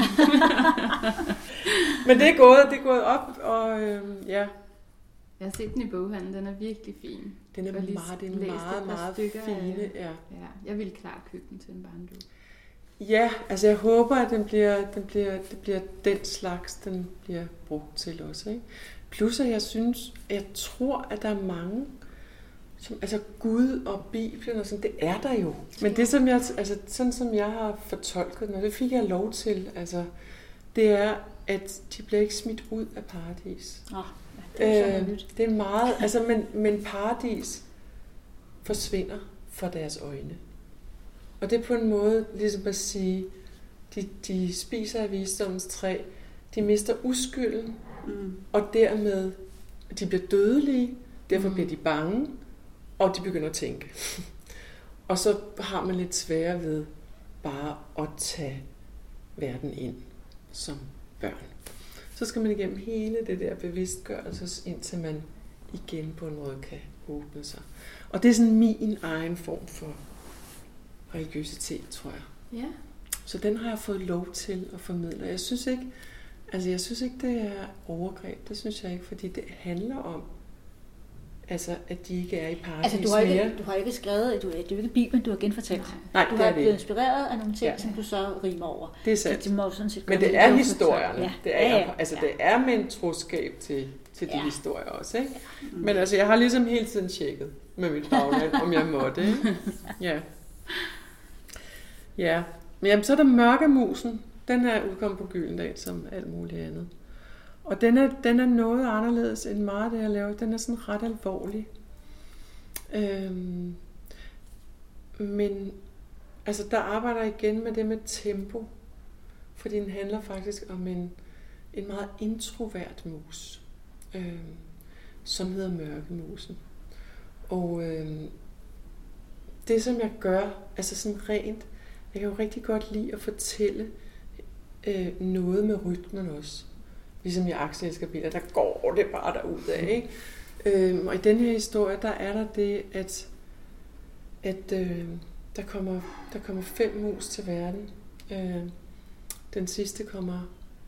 Men det er gået, det er gået op, og øh, ja. Jeg har set den i boghandlen, den er virkelig fin. Den er meget, det er meget, meget fine. Ja. Ja, jeg vil klart købe den til en barndom. Ja, altså jeg håber, at den bliver, den bliver, det bliver den slags, den bliver brugt til også. Ikke? Plus at jeg synes, jeg tror, at der er mange, som, altså Gud og Bibelen og sådan, det er der jo. Men det som jeg, altså sådan som jeg har fortolket den, og det fik jeg lov til, altså, det er, at de bliver ikke smidt ud af paradis. Oh, ja, det er, øh, det er meget, altså, men, men paradis forsvinder fra deres øjne. Og det er på en måde ligesom at sige, de, de spiser af visdommens træ, de mister uskylden, mm. og dermed, de bliver dødelige, derfor mm. bliver de bange, og de begynder at tænke. Og så har man lidt sværere ved bare at tage verden ind som børn. Så skal man igennem hele det der bevidstgørelse, indtil man igen på en måde kan åbne sig. Og det er sådan min egen form for religiøsitet, tror jeg. Ja. Så den har jeg fået lov til at formidle. Jeg synes ikke, altså jeg synes ikke, det er overgreb. Det synes jeg ikke, fordi det handler om, altså, at de ikke er i paradis altså, du har mere. ikke, du har ikke skrevet, du, det er jo ikke Bibelen, du har genfortalt. Nej, du det har er det. blevet inspireret af nogle ting, Ja. som du så rimer over. Det er sandt. Så det må sådan set Men gøre det er lidt historierne. Ja. Det er, Ja, ja. altså, Ja. det er med en troskab til, til de Ja. historier også. Ikke? Ja. Mm. Men altså, jeg har ligesom hele tiden tjekket med mit bagland, om jeg måtte. Ikke? Ja. Ja. Men jamen, så er der Mørkemusen. Den er udkommet på Gyldendal som alt muligt andet. Og den er, den er noget anderledes end meget, det jeg laver. Den er sådan ret alvorlig. Øhm, men altså, der arbejder jeg igen med det med tempo. Fordi den handler faktisk om en, en meget introvert mus, øhm, som hedder Mørkemusen. Og øhm, det, som jeg gør, altså sådan rent, jeg kan jo rigtig godt lide at fortælle øh, noget med rytmen også. Ligesom i Axel elsker biler, der går det bare derudad, ikke? Øhm, og i den her historie, der er der det, at, at øh, der, kommer, der kommer fem mus til verden. Øh, den sidste kommer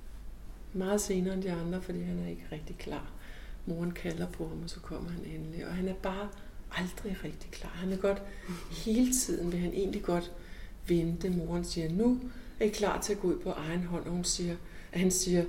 meget senere end de andre, fordi han er ikke rigtig klar. Moren kalder på ham, og så kommer han endelig. Og han er bare aldrig rigtig klar. Han er godt hele tiden, vil han egentlig godt vente. Moren siger, nu er I klar til at gå ud på egen hånd, og hun siger, at han siger,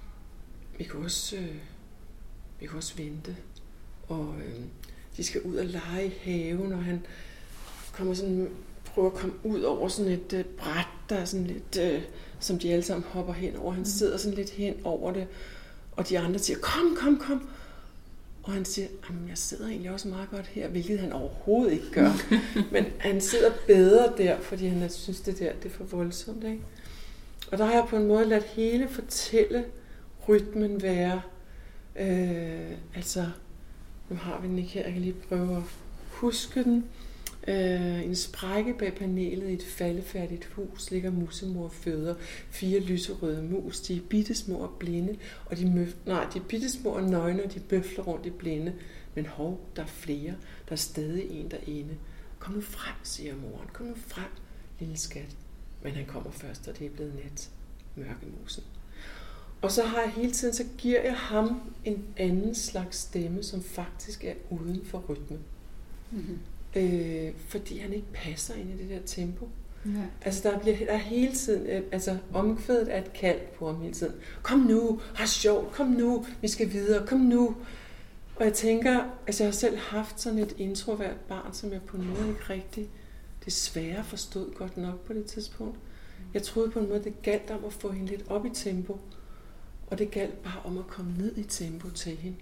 vi kan også, øh, vi kan også vente. Og øh, de skal ud og lege i haven, og han kommer sådan, prøver at komme ud over sådan et øh, bræt, der er sådan lidt, øh, som de alle sammen hopper hen over. Han sidder sådan lidt hen over det, og de andre siger, kom, kom, kom. Og han siger, jamen jeg sidder egentlig også meget godt her, hvilket han overhovedet ikke gør. Men han sidder bedre der, fordi han synes, det der det er for voldsomt. Ikke? Og der har jeg på en måde ladt hele fortælle rytmen være, øh, altså, nu har vi den ikke her, jeg kan lige prøve at huske den. Øh, en sprække bag panelet i et faldefærdigt hus ligger musemor og føder fire lyserøde mus. De er bittesmå og blinde, og de, møf- nej, de er bittesmå og nøgne, og de bøfler rundt i blinde. Men hov, der er flere. Der er stadig en derinde. Kom nu frem, siger moren. Kom nu frem, lille skat. Men han kommer først, og det er blevet nat. Mørkemusen. Og så har jeg hele tiden, så giver jeg ham en anden slags stemme, som faktisk er uden for rytmen. Mm-hmm. Øh, fordi han ikke passer ind i det der tempo. Ja. Altså der, bliver, der er hele tiden, øh, altså omkvædet er et kald på ham hele tiden. Kom nu, har sjovt, kom nu, vi skal videre, kom nu. Og jeg tænker, altså jeg har selv haft sådan et introvert barn, som jeg på en måde ikke rigtig desværre forstod godt nok på det tidspunkt. Jeg troede på en måde, det galt om at få hende lidt op i tempo, og det galt bare om at komme ned i tempo til hende.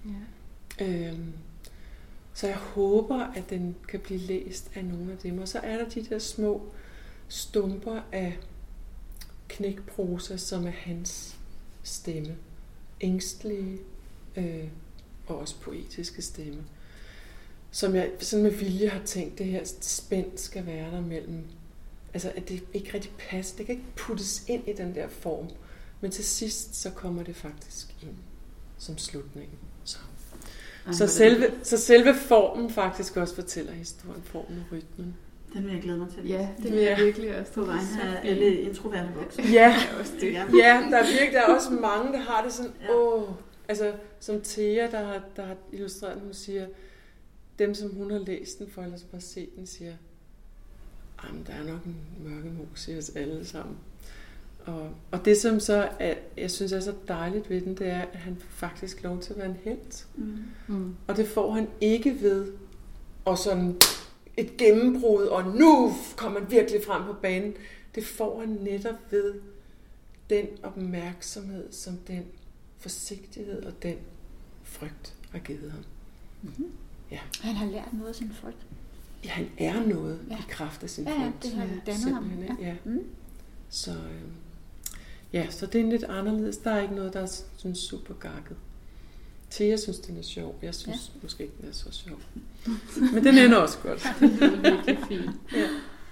Ja. Øhm, Så jeg håber, at den kan blive læst af nogle af dem. Og så er der de der små stumper af knækprosa, som er hans stemme. Ængstlige øh, og også poetiske stemme. Som jeg sådan med vilje har tænkt, det her spænd skal være der mellem. Altså, at det ikke rigtig passer. Det kan ikke puttes ind i den der form. Men til sidst, så kommer det faktisk ind som slutningen. Så, Ej, så, selve, så selve formen faktisk også fortæller historien, formen og rytmen. Den vil jeg glæde mig til. Ja, det vil jeg virkelig også. På vegne af alle introverte voksne. Ja, også det. ja, der er virkelig der er også mange, der har det sådan, Ja. åh, altså som Thea, der har, der har illustreret den, hun siger, dem som hun har læst den for, eller bare set den, siger, jamen der er nok en mørke mus i os alle sammen. Og, og det som så, er, jeg synes er så dejligt ved den, det er, at han faktisk lov til at være en helt. Mm. Mm. Og det får han ikke ved, og sådan et gennembrud, og nu kommer man virkelig frem på banen. Det får han netop ved den opmærksomhed, som den forsigtighed og den frygt har givet ham. Mm-hmm. Ja. Han har lært noget af sin frygt. Ja, han er noget Ja. i kraft af sin Ja, ja, frygt. det har Ja, dannet ham. simpelthen, Ja. ja. Mm. Så, øh, ja, så det er lidt anderledes. Der er ikke noget, der er sådan super gakket. Thea synes, den er sjov. Jeg synes ja. måske ikke, den er så sjov. Men den ender også godt. Det er virkelig fint. Ja.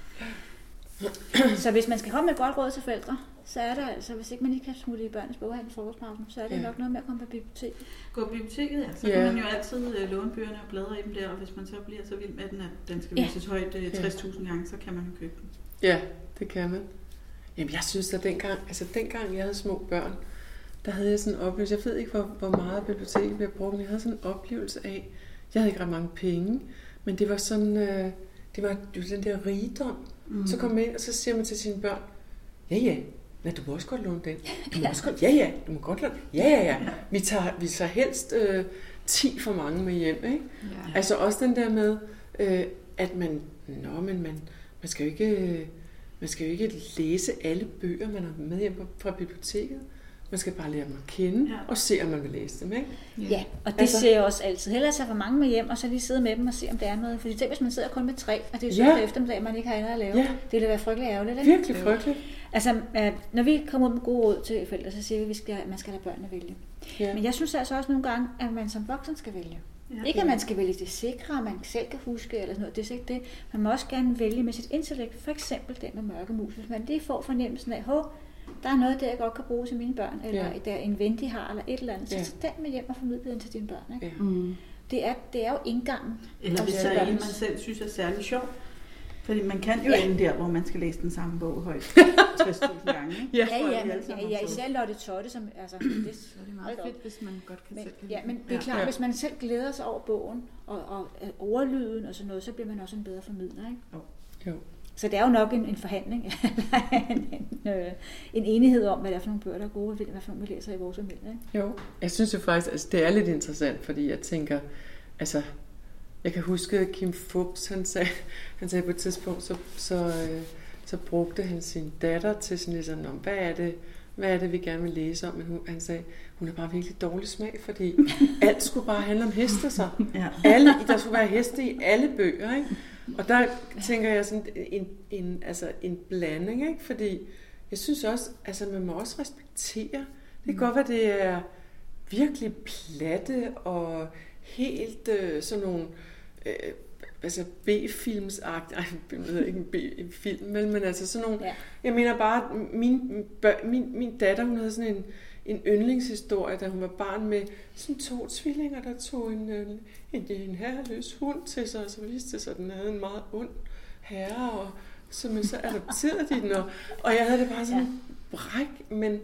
Så hvis man skal komme med et godt råd til forældre, så er der altså, hvis ikke man lige kan smutte i børnenes boghandel i frokostpausen, så er det Ja. nok noget med at komme på biblioteket. Gå på biblioteket, ja. Så Ja. kan man jo altid øh, låne bøgerne og bladre i dem der, og hvis man så bliver så vild med den, at den skal Ja. vises højt øh, tres tusind gange, så kan man jo købe den. Ja, det kan man. Jamen, jeg synes, at dengang, altså dengang jeg havde små børn, der havde jeg sådan en oplevelse, jeg ved ikke, hvor, hvor meget biblioteket bliver brugt, men jeg havde sådan en oplevelse af, jeg havde ikke ret mange penge, men det var sådan, øh, det var jo den der rigdom. Mm. Så kommer man ind, og så siger man til sine børn, ja ja, men du må også godt låne den. Du må også godt, ja ja, du må godt låne, ja ja ja. Vi tager, vi tager helst øh, ti for mange med hjem, ikke? Ja. Altså også den der med, øh, at man, nå, men man, man skal jo ikke, øh, man skal jo ikke læse alle bøger, man har med hjem fra biblioteket. Man skal bare lære dem at kende, Ja. og se, om man vil læse dem, ikke? Ja, ja og det Altså- altså, ser jeg også altid. Hellere tage for mange med hjem, og så lige sidde med dem og se, om det er noget. Fordi tænk, hvis man sidder kun med tre, og det er søndag Ja. eftermiddag, man ikke har andet at lave. Ja. Det ville være frygtelig ærgerligt, ikke? Virkelig frygteligt. Altså, øh, når vi kommer ud med gode råd til forældre, så siger vi, at vi skal, man skal lade børnene vælge. Ja. Men jeg synes altså også nogle gange, at man som voksen skal vælge. Ja. Ikke at man skal vælge det sikre, man selv kan huske, eller sådan noget. Det er ikke det. Man må også gerne vælge med sit intellekt. For eksempel den med mørke mus. Hvis man lige får fornemmelsen af, hov, der er noget der, jeg godt kan bruge til mine børn, eller Ja. der er en ven, de har, eller et eller andet. Så Ja. tag den med hjem og formidle den til dine børn. Ikke? Ja. Mm. Det, er, det er jo indgangen. Eller Og hvis det der er er en, børnenes- man selv synes er særlig sjov. Fordi man kan jo Ja. ende der, hvor man skal læse den samme bog højt tres tusind gange. Ikke? Ja. Ja, tror jeg, ja, vi men, alle sammen ja, har ja, fået. især Lotte Totte, som, altså, det, Så er det meget hold da op. fedt, hvis man godt kan Men, selv kan ja, lide men det. det er klart, Ja. hvis man selv glæder sig over bogen, og, og øh, overlyden og sådan noget, så bliver man også en bedre formidler, ikke? Jo. Så det er jo nok en, en forhandling, en, en, øh, en enighed om, hvad det er for nogle bøger, der er gode, og hvad for nogle vi læser i vores familie, ikke? Jo. Jeg synes jo faktisk, altså det er lidt interessant, fordi jeg tænker, altså, jeg kan huske, at Kim Fupz, han sagde, han sagde på et tidspunkt, så, så, øh, så brugte han sin datter til sådan lidt sådan, om, hvad er det, hvad er det, vi gerne vil læse om? Men hun, han sagde, hun har bare virkelig dårlig smag, fordi alt skulle bare handle om heste, så. Ja. Alle, der skulle være heste i alle bøger, ikke? Og der tænker jeg sådan en, en, altså en blanding, ikke? Fordi jeg synes også, altså man må også respektere. Det kan godt være, det er virkelig platte og helt øh, sådan nogle øh, altså B-filmsagtige, ej, jeg ved ikke en B-film, men, men altså sådan nogle, Ja. jeg mener bare, min, bør- min, min datter, hun havde sådan en, en yndlingshistorie, da hun var barn med sådan to tvillinger, der tog en, en, en, en herreløs hund til sig, og så viste det sig, at den havde en meget ond herre, og så, men så adopterede de den, og, og jeg havde det bare sådan ja. bræk, men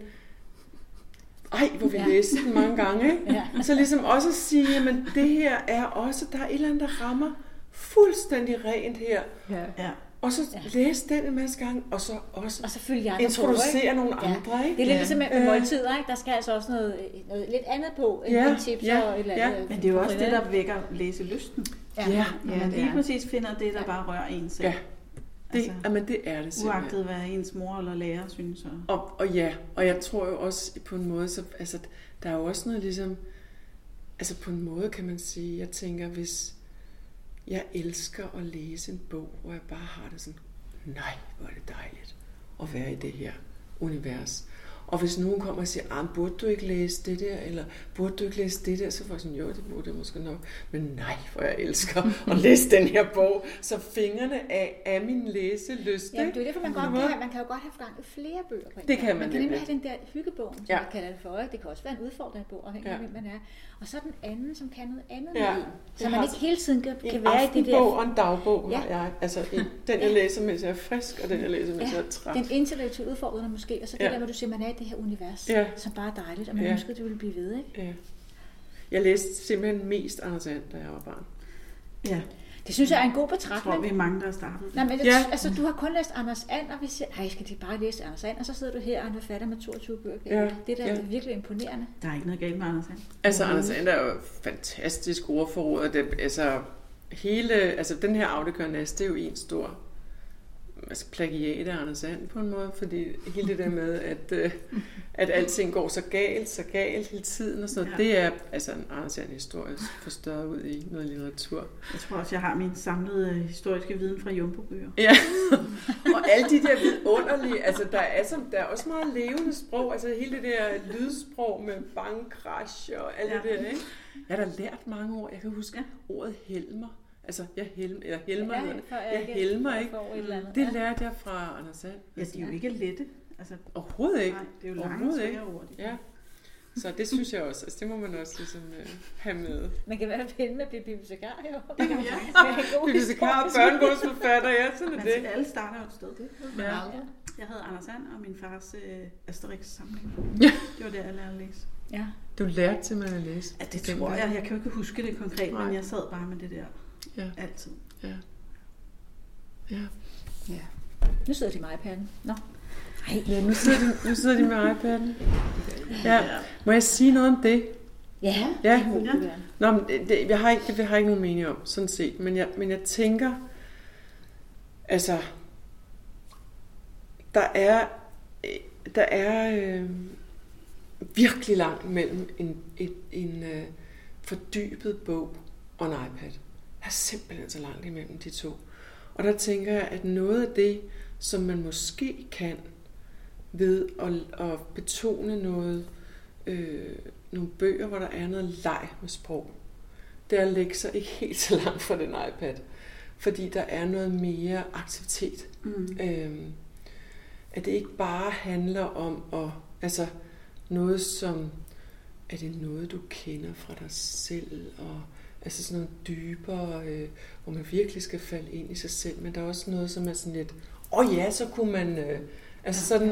ej, hvor vi ja. Ja. læste den mange gange, ikke? Ja. Så ligesom også at sige, jamen det her er også, der er et eller andet, der rammer fuldstændig rent her, Ja. Ja. og så Ja. læse den en masse gange, og så også Og så følger jeg andre introducere på, ikke? nogle Ja. andre, ikke? Det er lidt Ja. ligesom med Øh. måltider, ikke? Der skal altså også noget, noget lidt andet på, end Ja, ja. chips ja, og et eller ja. andet. Men det er jo også det, fritter, der vækker læselysten. Ja. Ja. Når Ja, man det lige er. præcis finder det, der Ja. bare rører en selv. Ja. Det, Altså, jamen, det er det simpelthen. uagtet hvad ens mor eller lærer synes. Og... Og, og ja, og jeg tror jo også på en måde, så, altså, der er jo også noget ligesom, altså på en måde kan man sige, jeg tænker, hvis jeg elsker at læse en bog, hvor jeg bare har det sådan, nej, hvor er det dejligt at være i det her univers. Og hvis nogen kommer og siger, ah, burde du ikke læse det der, eller burde du ikke læse det der, så får jeg sådan, jo, det burde jeg måske nok. Men nej, for jeg elsker at læse den her bog, så fingrene af, af min læselyst. Jamen, det er derfor, man, godt kan, have, man kan jo godt have gang i flere bøger på en Det kan man, man kan nemlig have den der hyggebogen, som ja. man kalder det for. Ikke? Det kan også være en udfordrende bog, afhængig af, ja. hvem man er. Og så den anden, som kan noget andet ja. med en. Så man ikke hele tiden kan, kan en være i det der... En og en dagbog ja. har jeg. Altså en, den, jeg læser, mens jeg er frisk, og den, jeg læser, mens ja. jeg er træt. Den intellektuelle udfordrende måske, og så det ja. der, hvor du siger, man er i det her univers, ja. som bare er dejligt, og man ja. ønsker, at det ville blive ved, ikke? Ja. Jeg læste simpelthen mest Anders And, da jeg var barn. Ja. Det synes jeg er en god betragtning. Jeg tror, vi er mange, der har startet. Nej, men det, ja. altså, du har kun læst Anders And, og vi siger, nej, skal de bare læse Anders And, og så sidder du her og er forfatter med toogtyve bøger. Ja. Det der ja. er virkelig imponerende. Der er ikke noget galt med Anders And. Altså, mm. Anders And er jo fantastisk ordforråd, og det, altså, hele, altså, den her Audekørnæs, det er jo en stor altså, plagiat af Anders And på en måde, fordi hele det der med, at, øh, at alting går så galt, så galt hele tiden og sådan noget, ja. det er altså en Anders And-historie forstørret ud i noget litteratur. Jeg tror også, jeg har min samlede historiske viden fra Jumbo-bøger. Ja, og alle de der vidunderlige, altså der er, som, der er også meget levende sprog, altså hele det der lydsprog med bankcrash og alt ja. det der, ikke? Jeg har da lært mange ord, jeg kan huske ja. ordet helmer. Altså, jeg helmer, eller helmer, ja, jeg, jeg helmer, ikke? Det lærte jeg fra Anders And. Ja, de er jo ikke lette. Altså, overhovedet ikke. Nej, det er jo lange svære ord. Ja. Så det synes jeg også, altså det må man også ligesom uh, have med. Man kan være ven med at blive bibliotekar, jo. Ja, ja. Bibliotekar og børnebogsforfatter, ja, sådan er det. Men alle starter jo et sted. Det ja. Jeg havde Anders And og min fars uh, Asterix-samling. Ja. Det var det, jeg lærte at læse. Ja. Du lærte simpelthen at læse? Ja, det tror jeg. Jeg kan jo ikke huske det konkret, Nej. men jeg sad bare med det der. Ja. Altid. Ja. Ja. Ja. Nu sidder de med iPad'en. Nå. Ej. Ja, nu sidder de, nu sidder de med iPad'en. Ja. Må jeg sige noget om det? Ja. Ja. Nå, men det, jeg har ikke, det har jeg ikke nogen mening om, sådan set. Men jeg, men jeg tænker, altså, der er, der er øh, virkelig langt mellem en, et, en øh, fordybet bog og en iPad. Der er simpelthen så langt imellem de to. Og der tænker jeg, at noget af det, som man måske kan ved at, at betone noget, øh, nogle bøger, hvor der er noget leg med sprog, det er at lægge sig ikke helt så langt fra den iPad. Fordi der er noget mere aktivitet. Mm. Øhm, at det ikke bare handler om at, altså noget som, er det noget, du kender fra dig selv, og altså sådan noget dybere, øh, hvor man virkelig skal falde ind i sig selv, men der er også noget, som er sådan lidt, åh oh ja, så kunne man, øh, altså sådan,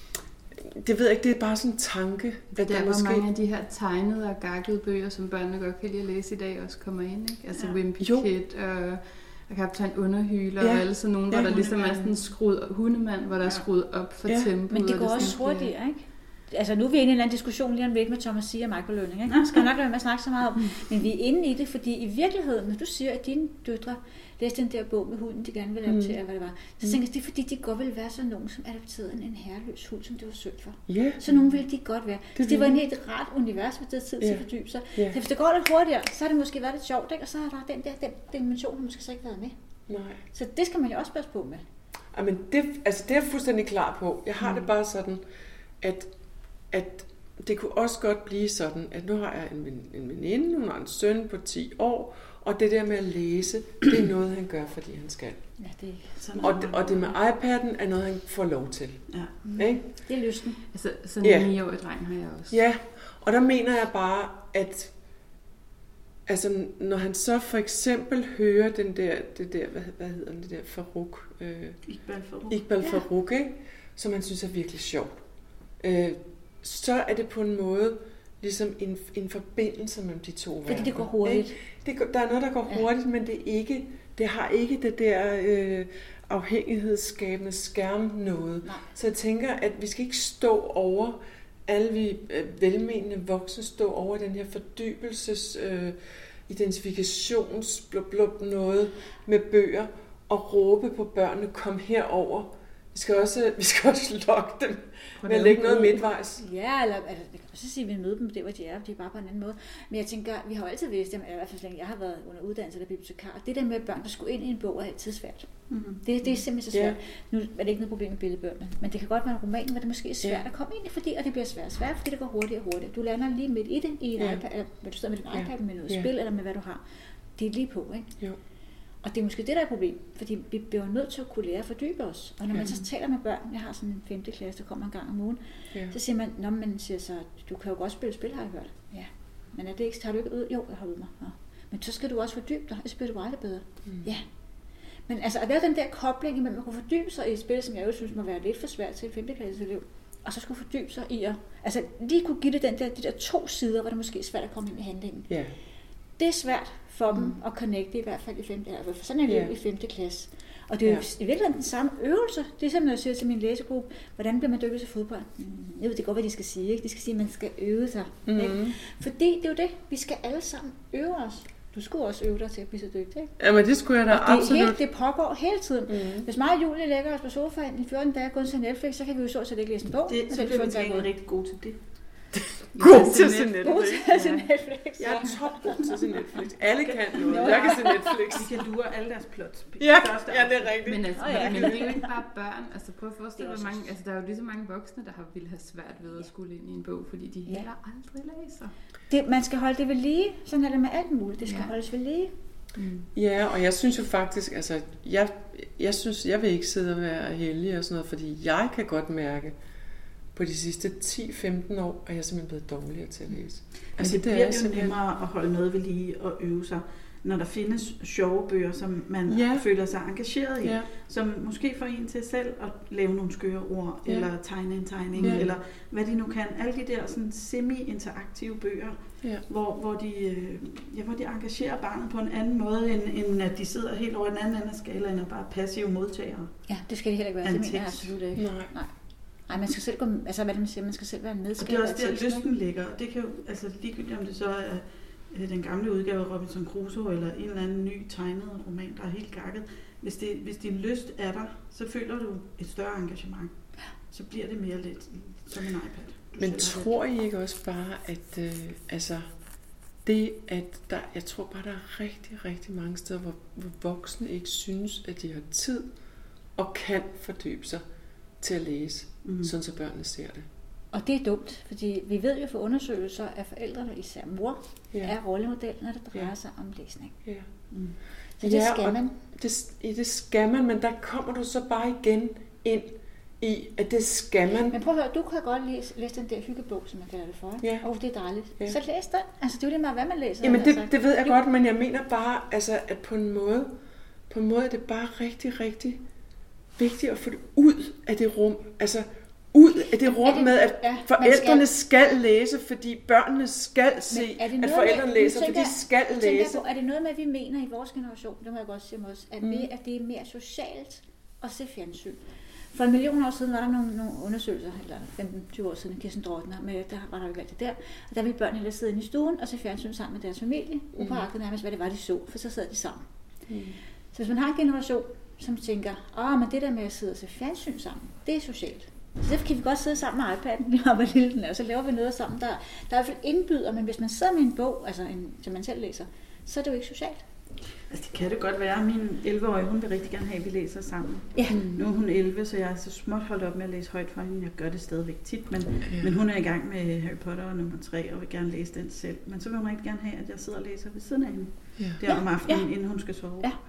det ved jeg ikke, det er bare sådan en tanke. At der, der måske mange af de her tegnede og gakkede bøger, som børnene godt kan lide at læse i dag, også kommer ind, ikke? Altså ja. Wimpy Kid og, og Kaptajn Underhyler ja. og alle sådan nogle, ja, hvor der ligesom er sådan skruet, Hundemand, hvor der er skruet op for ja. tempo. Men det går også hurtigere, ikke? Altså nu er vi inde i en eller anden diskussion lige om lidt med Thomas Siger og Michael Lønning, ikke? Det skal nok lade med at snakke så meget om. Men vi er inde i det, fordi i virkeligheden, når du siger, at dine døtre læste den der bog med hunden, de gerne vil adoptere, mm. hvad det var, så mm. tænker jeg, det er fordi, de godt ville være så nogen, som adopterede en, en herreløs hund, som det var sødt for. Yeah. Så nogen ville de godt være. Det, det var en helt rart univers, hvis det er tid til yeah. at fordybe sig. Yeah. Så hvis det går lidt hurtigere, så har det måske været lidt sjovt, ikke? Og så har der den der den, den dimension, der måske så ikke været med. Nej. Så det skal man jo også passe på med. Jamen, det, altså, det er jeg fuldstændig klar på. Jeg har mm. det bare sådan, at, at det kunne også godt blive sådan, at nu har jeg en, en veninde, hun har en søn på ti år, og det der med at læse, det er noget, han gør, fordi han skal. Ja, det er sådan og, det, og det med iPad'en er noget, han får lov til. Ja. Mm. Ikke? Det er lysten. Altså, sådan en ni-årig dreng har jeg også. Ja, og der mener jeg bare, at altså, når han så for eksempel hører den der, det der hvad, hvad hedder den, det der Farouk, øh, Iqbal Farouk, Iqbal Farouk, ikke? Som han synes er virkelig sjovt. Øh, så er det på en måde ligesom en, en forbindelse mellem de to værker. Fordi det går hurtigt. Det, der er noget, der går hurtigt, ja. Men det, er ikke, det har ikke det der øh, afhængighedsskabende skærm noget. Nej. Så jeg tænker, at vi skal ikke stå over, alle vi øh, velmenende voksne stå over den her fordybelses, øh, identifikations, blub, blub, noget med bøger, og råbe på børnene, kom herover. Vi skal også, vi skal også lokke dem med at lægge noget midtvejs. Ja, eller altså, jeg kan også sige, at vi møder dem der, hvor de er, de er bare på en anden måde. Men jeg tænker, vi har jo altid vidst, at i hvert fald så længe jeg har været under uddannelse eller bibliotekar, det der med børn, der skulle ind i en bog, er altid svært. Mm-hmm. Det, det er simpelthen så svært. Yeah. Nu er det ikke noget problem med billedbøgerne, men det kan godt være en roman, hvor det måske er svært yeah. at komme ind i, fordi, og det bliver svært svært, fordi det går hurtigere og hurtigere. Du lander lige midt i det, i en yeah. iPad, eller du sidder med din iPad yeah. med noget yeah. spil, eller med hvad du har. Det er lige på, ikke? Jo. Og det er måske det, der er et problem, fordi vi bliver nødt til at kunne lære at fordybe os. Og når man ja. så taler med børn, jeg har sådan en femte klasse, der kommer en gang om ugen, ja. så siger man, når man siger så, du kan jo godt spille spil, har jeg hørt. Ja, men er det ikke, har du ikke ud? Jo, jeg har ud mig. Ja. Men så skal du også fordybe dig, ellers bliver du aldrig bedre. Mm. Ja. Men altså at lave den der kobling imellem at kunne fordybe sig i et spil, som jeg jo synes må være lidt for svært til en femte klasse elev, og så skulle fordybe sig i at, altså lige kunne give det den der, de der to sider, hvor det måske er svært at komme ind i handlingen. Ja. Det er svært for dem mm. at connecte, i hvert fald i femte, eller for sådan en elev yeah. i femte klasse. Og det er jo yeah. i virkeligheden den samme øvelse. Det er simpelthen, når jeg siger til min læsegruppe, hvordan bliver man dygtig til fodbold? Jeg ved det godt, hvad de skal sige. Ikke? De skal sige, at man skal øve sig. Mm. Ikke? Fordi det er jo det. Vi skal alle sammen øve os. Du skulle også øve dig til at blive så dygtig. Ikke? Jamen det skulle jeg da og det absolut. Helt, det pågår hele tiden. Mm. Hvis mig og Julie lægger os på sofaen i fjorten dage og går til Netflix, så kan vi jo så, så det ikke læse en bog. Det, så bliver vi ikke rigtig gode til det. God til at se Netflix. God til at se Netflix. Jeg er topgod til at se Netflix. Alle kan noget. Jeg kan se Netflix. De kan lure alle deres plot. Ja, ja, det er rigtigt. Men, altså, oh, ja. men det er jo ikke bare børn. Altså prøv at forestille dig, mange, altså, der er jo lige så mange voksne, der har ville have svært ved at skulle ind i en bog, fordi de heller ja. aldrig læser. Det, man skal holde det ved lige. Sådan er det med alt muligt. Det skal ja. holdes ved lige. Mm. Ja, og jeg synes jo faktisk, altså, jeg, jeg synes, jeg vil ikke sidde og være heldig og sådan noget, fordi jeg kan godt mærke, på de sidste ti til femten år er jeg simpelthen blevet dårligere til at læse. Altså, det, det bliver jo simpelthen nemmere at holde noget ved lige og øve sig, når der findes sjove bøger, som man ja. føler sig engageret i, ja. som måske får en til selv at lave nogle skøre ord, ja. eller tegne en tegning, ja. eller hvad de nu kan. Alle de der sådan semi-interaktive bøger, ja. hvor, hvor, de, ja, hvor de engagerer barnet på en anden måde, end, end at de sidder helt over den anden ende af skalaen og bare passive modtagere. Ja, det skal det heller ikke være. Det mener jeg absolut ikke. Nej. Nej. Nej, man skal selv gå, altså hvad det man siger, man skal selv være en medskaber. Og det er også der, lysten ligger. Det kan jo, altså ligegyldigt om det så er øh, den gamle udgave af Robinson Crusoe, eller en eller anden ny tegnet roman, der er helt gakket. Hvis, det, hvis din lyst er der, så føler du et større engagement. Ja. Så bliver det mere lidt som en iPad. Men tror I ikke også bare, at øh, altså, det, at der, jeg tror bare, der er rigtig, rigtig mange steder, hvor, hvor voksne ikke synes, at de har tid og kan fordybe sig til at læse, mm. sådan så børnene ser det. Og det er dumt, fordi vi ved jo fra undersøgelser, at forældrene, især mor, ja. er rollemodel, når det drejer ja. sig om læsning. Ja. Mm. Så det ja, skal man. Det, det skal man, men der kommer du så bare igen ind i, at det skal man. Men prøv at høre, du kan godt læse, læse den der hyggebog, som man kalder det for. Ja. Og det er dejligt. Ja. Så læs den. Altså, det er jo lige meget, hvad man læser. Jamen, det, det ved jeg jo. godt, men jeg mener bare, altså, at på en måde, på en måde er det bare rigtig, rigtig vigtigt at få det ud af det rum. Altså, ud af det rum det, med, at ja, forældrene skal, skal læse, fordi børnene skal se, at forældrene med, læser, fordi de skal læse. På, er det noget med, at vi mener i vores generation, det må jeg godt sige også, at, mm. med, at det er mere socialt at se fjernsyn? For en million år siden var der nogle, nogle undersøgelser, eller femten til tyve år siden, Kirsten Drotner, med, der var der jo valgt det der, og der ville børn hellere sidde inde i stuen og se fjernsyn sammen med deres familie, mm. upåagtet nærmest, hvad det var, de så, for så sad de sammen. Mm. Så hvis man har en generation, som tænker, åh, men det der med at sidde og se fjernsyn sammen, det er socialt. Så derfor kan vi godt sidde sammen med iPad'en, lige meget hvor lille den er, og så laver vi noget sammen, der, der er i hvert fald indbyder, men hvis man sidder med en bog, altså en, som man selv læser, så er det jo ikke socialt. Altså det kan det godt være. Min elleve-årige, hun vil rigtig gerne have, at vi læser sammen. Ja. Nu er hun elleve, så jeg er så småt holdt op med at læse højt for hende. Jeg gør det stadigvæk tit, men, ja. men hun er i gang med Harry Potter nummer tre, og vil gerne læse den selv. Men så vil hun rigtig gerne have, at jeg sidder og læser ved siden af hende. Ja. Der om aftenen, ja. inden hun skal sove. Ja.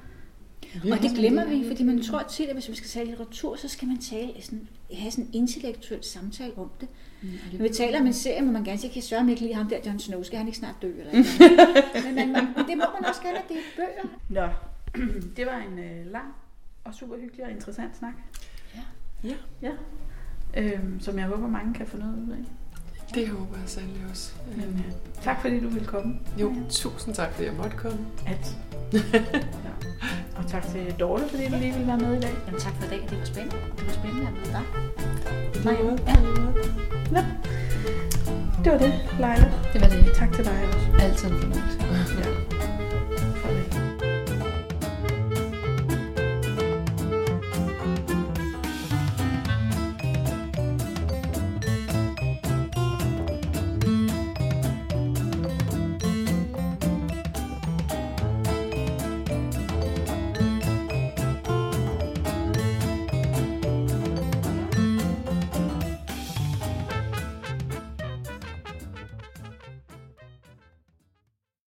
Og det glemmer vi, fordi man tror tit, at hvis vi skal tale litteratur, så skal man tale sådan, have sådan en intellektuel samtale om det. Mm, det Når vi taler om en serie, må man gerne sige, at jeg sørger mig ikke lige ham der, Jon Snow, skal han ikke snart dø? Eller men, man, man, men det må man også gerne, at det er bøger. Nå, det var en øh, lang og super hyggelig og interessant snak. Ja. Ja. ja. Øhm, som jeg håber, mange kan få noget ud af. Det håber jeg sandelig også. Men, øh, tak fordi du ville komme. Jo, ja. tusind tak fordi jeg måtte komme. At. ja. Og tak til Dorte, fordi du lige ville være med i dag. Jamen tak for i dag, det var spændende. Det var spændende at møde dig. Nej, ja. ja. Det var det, Leila. Det var det. Tak til dig også. Altid en fornøjelse. Ja.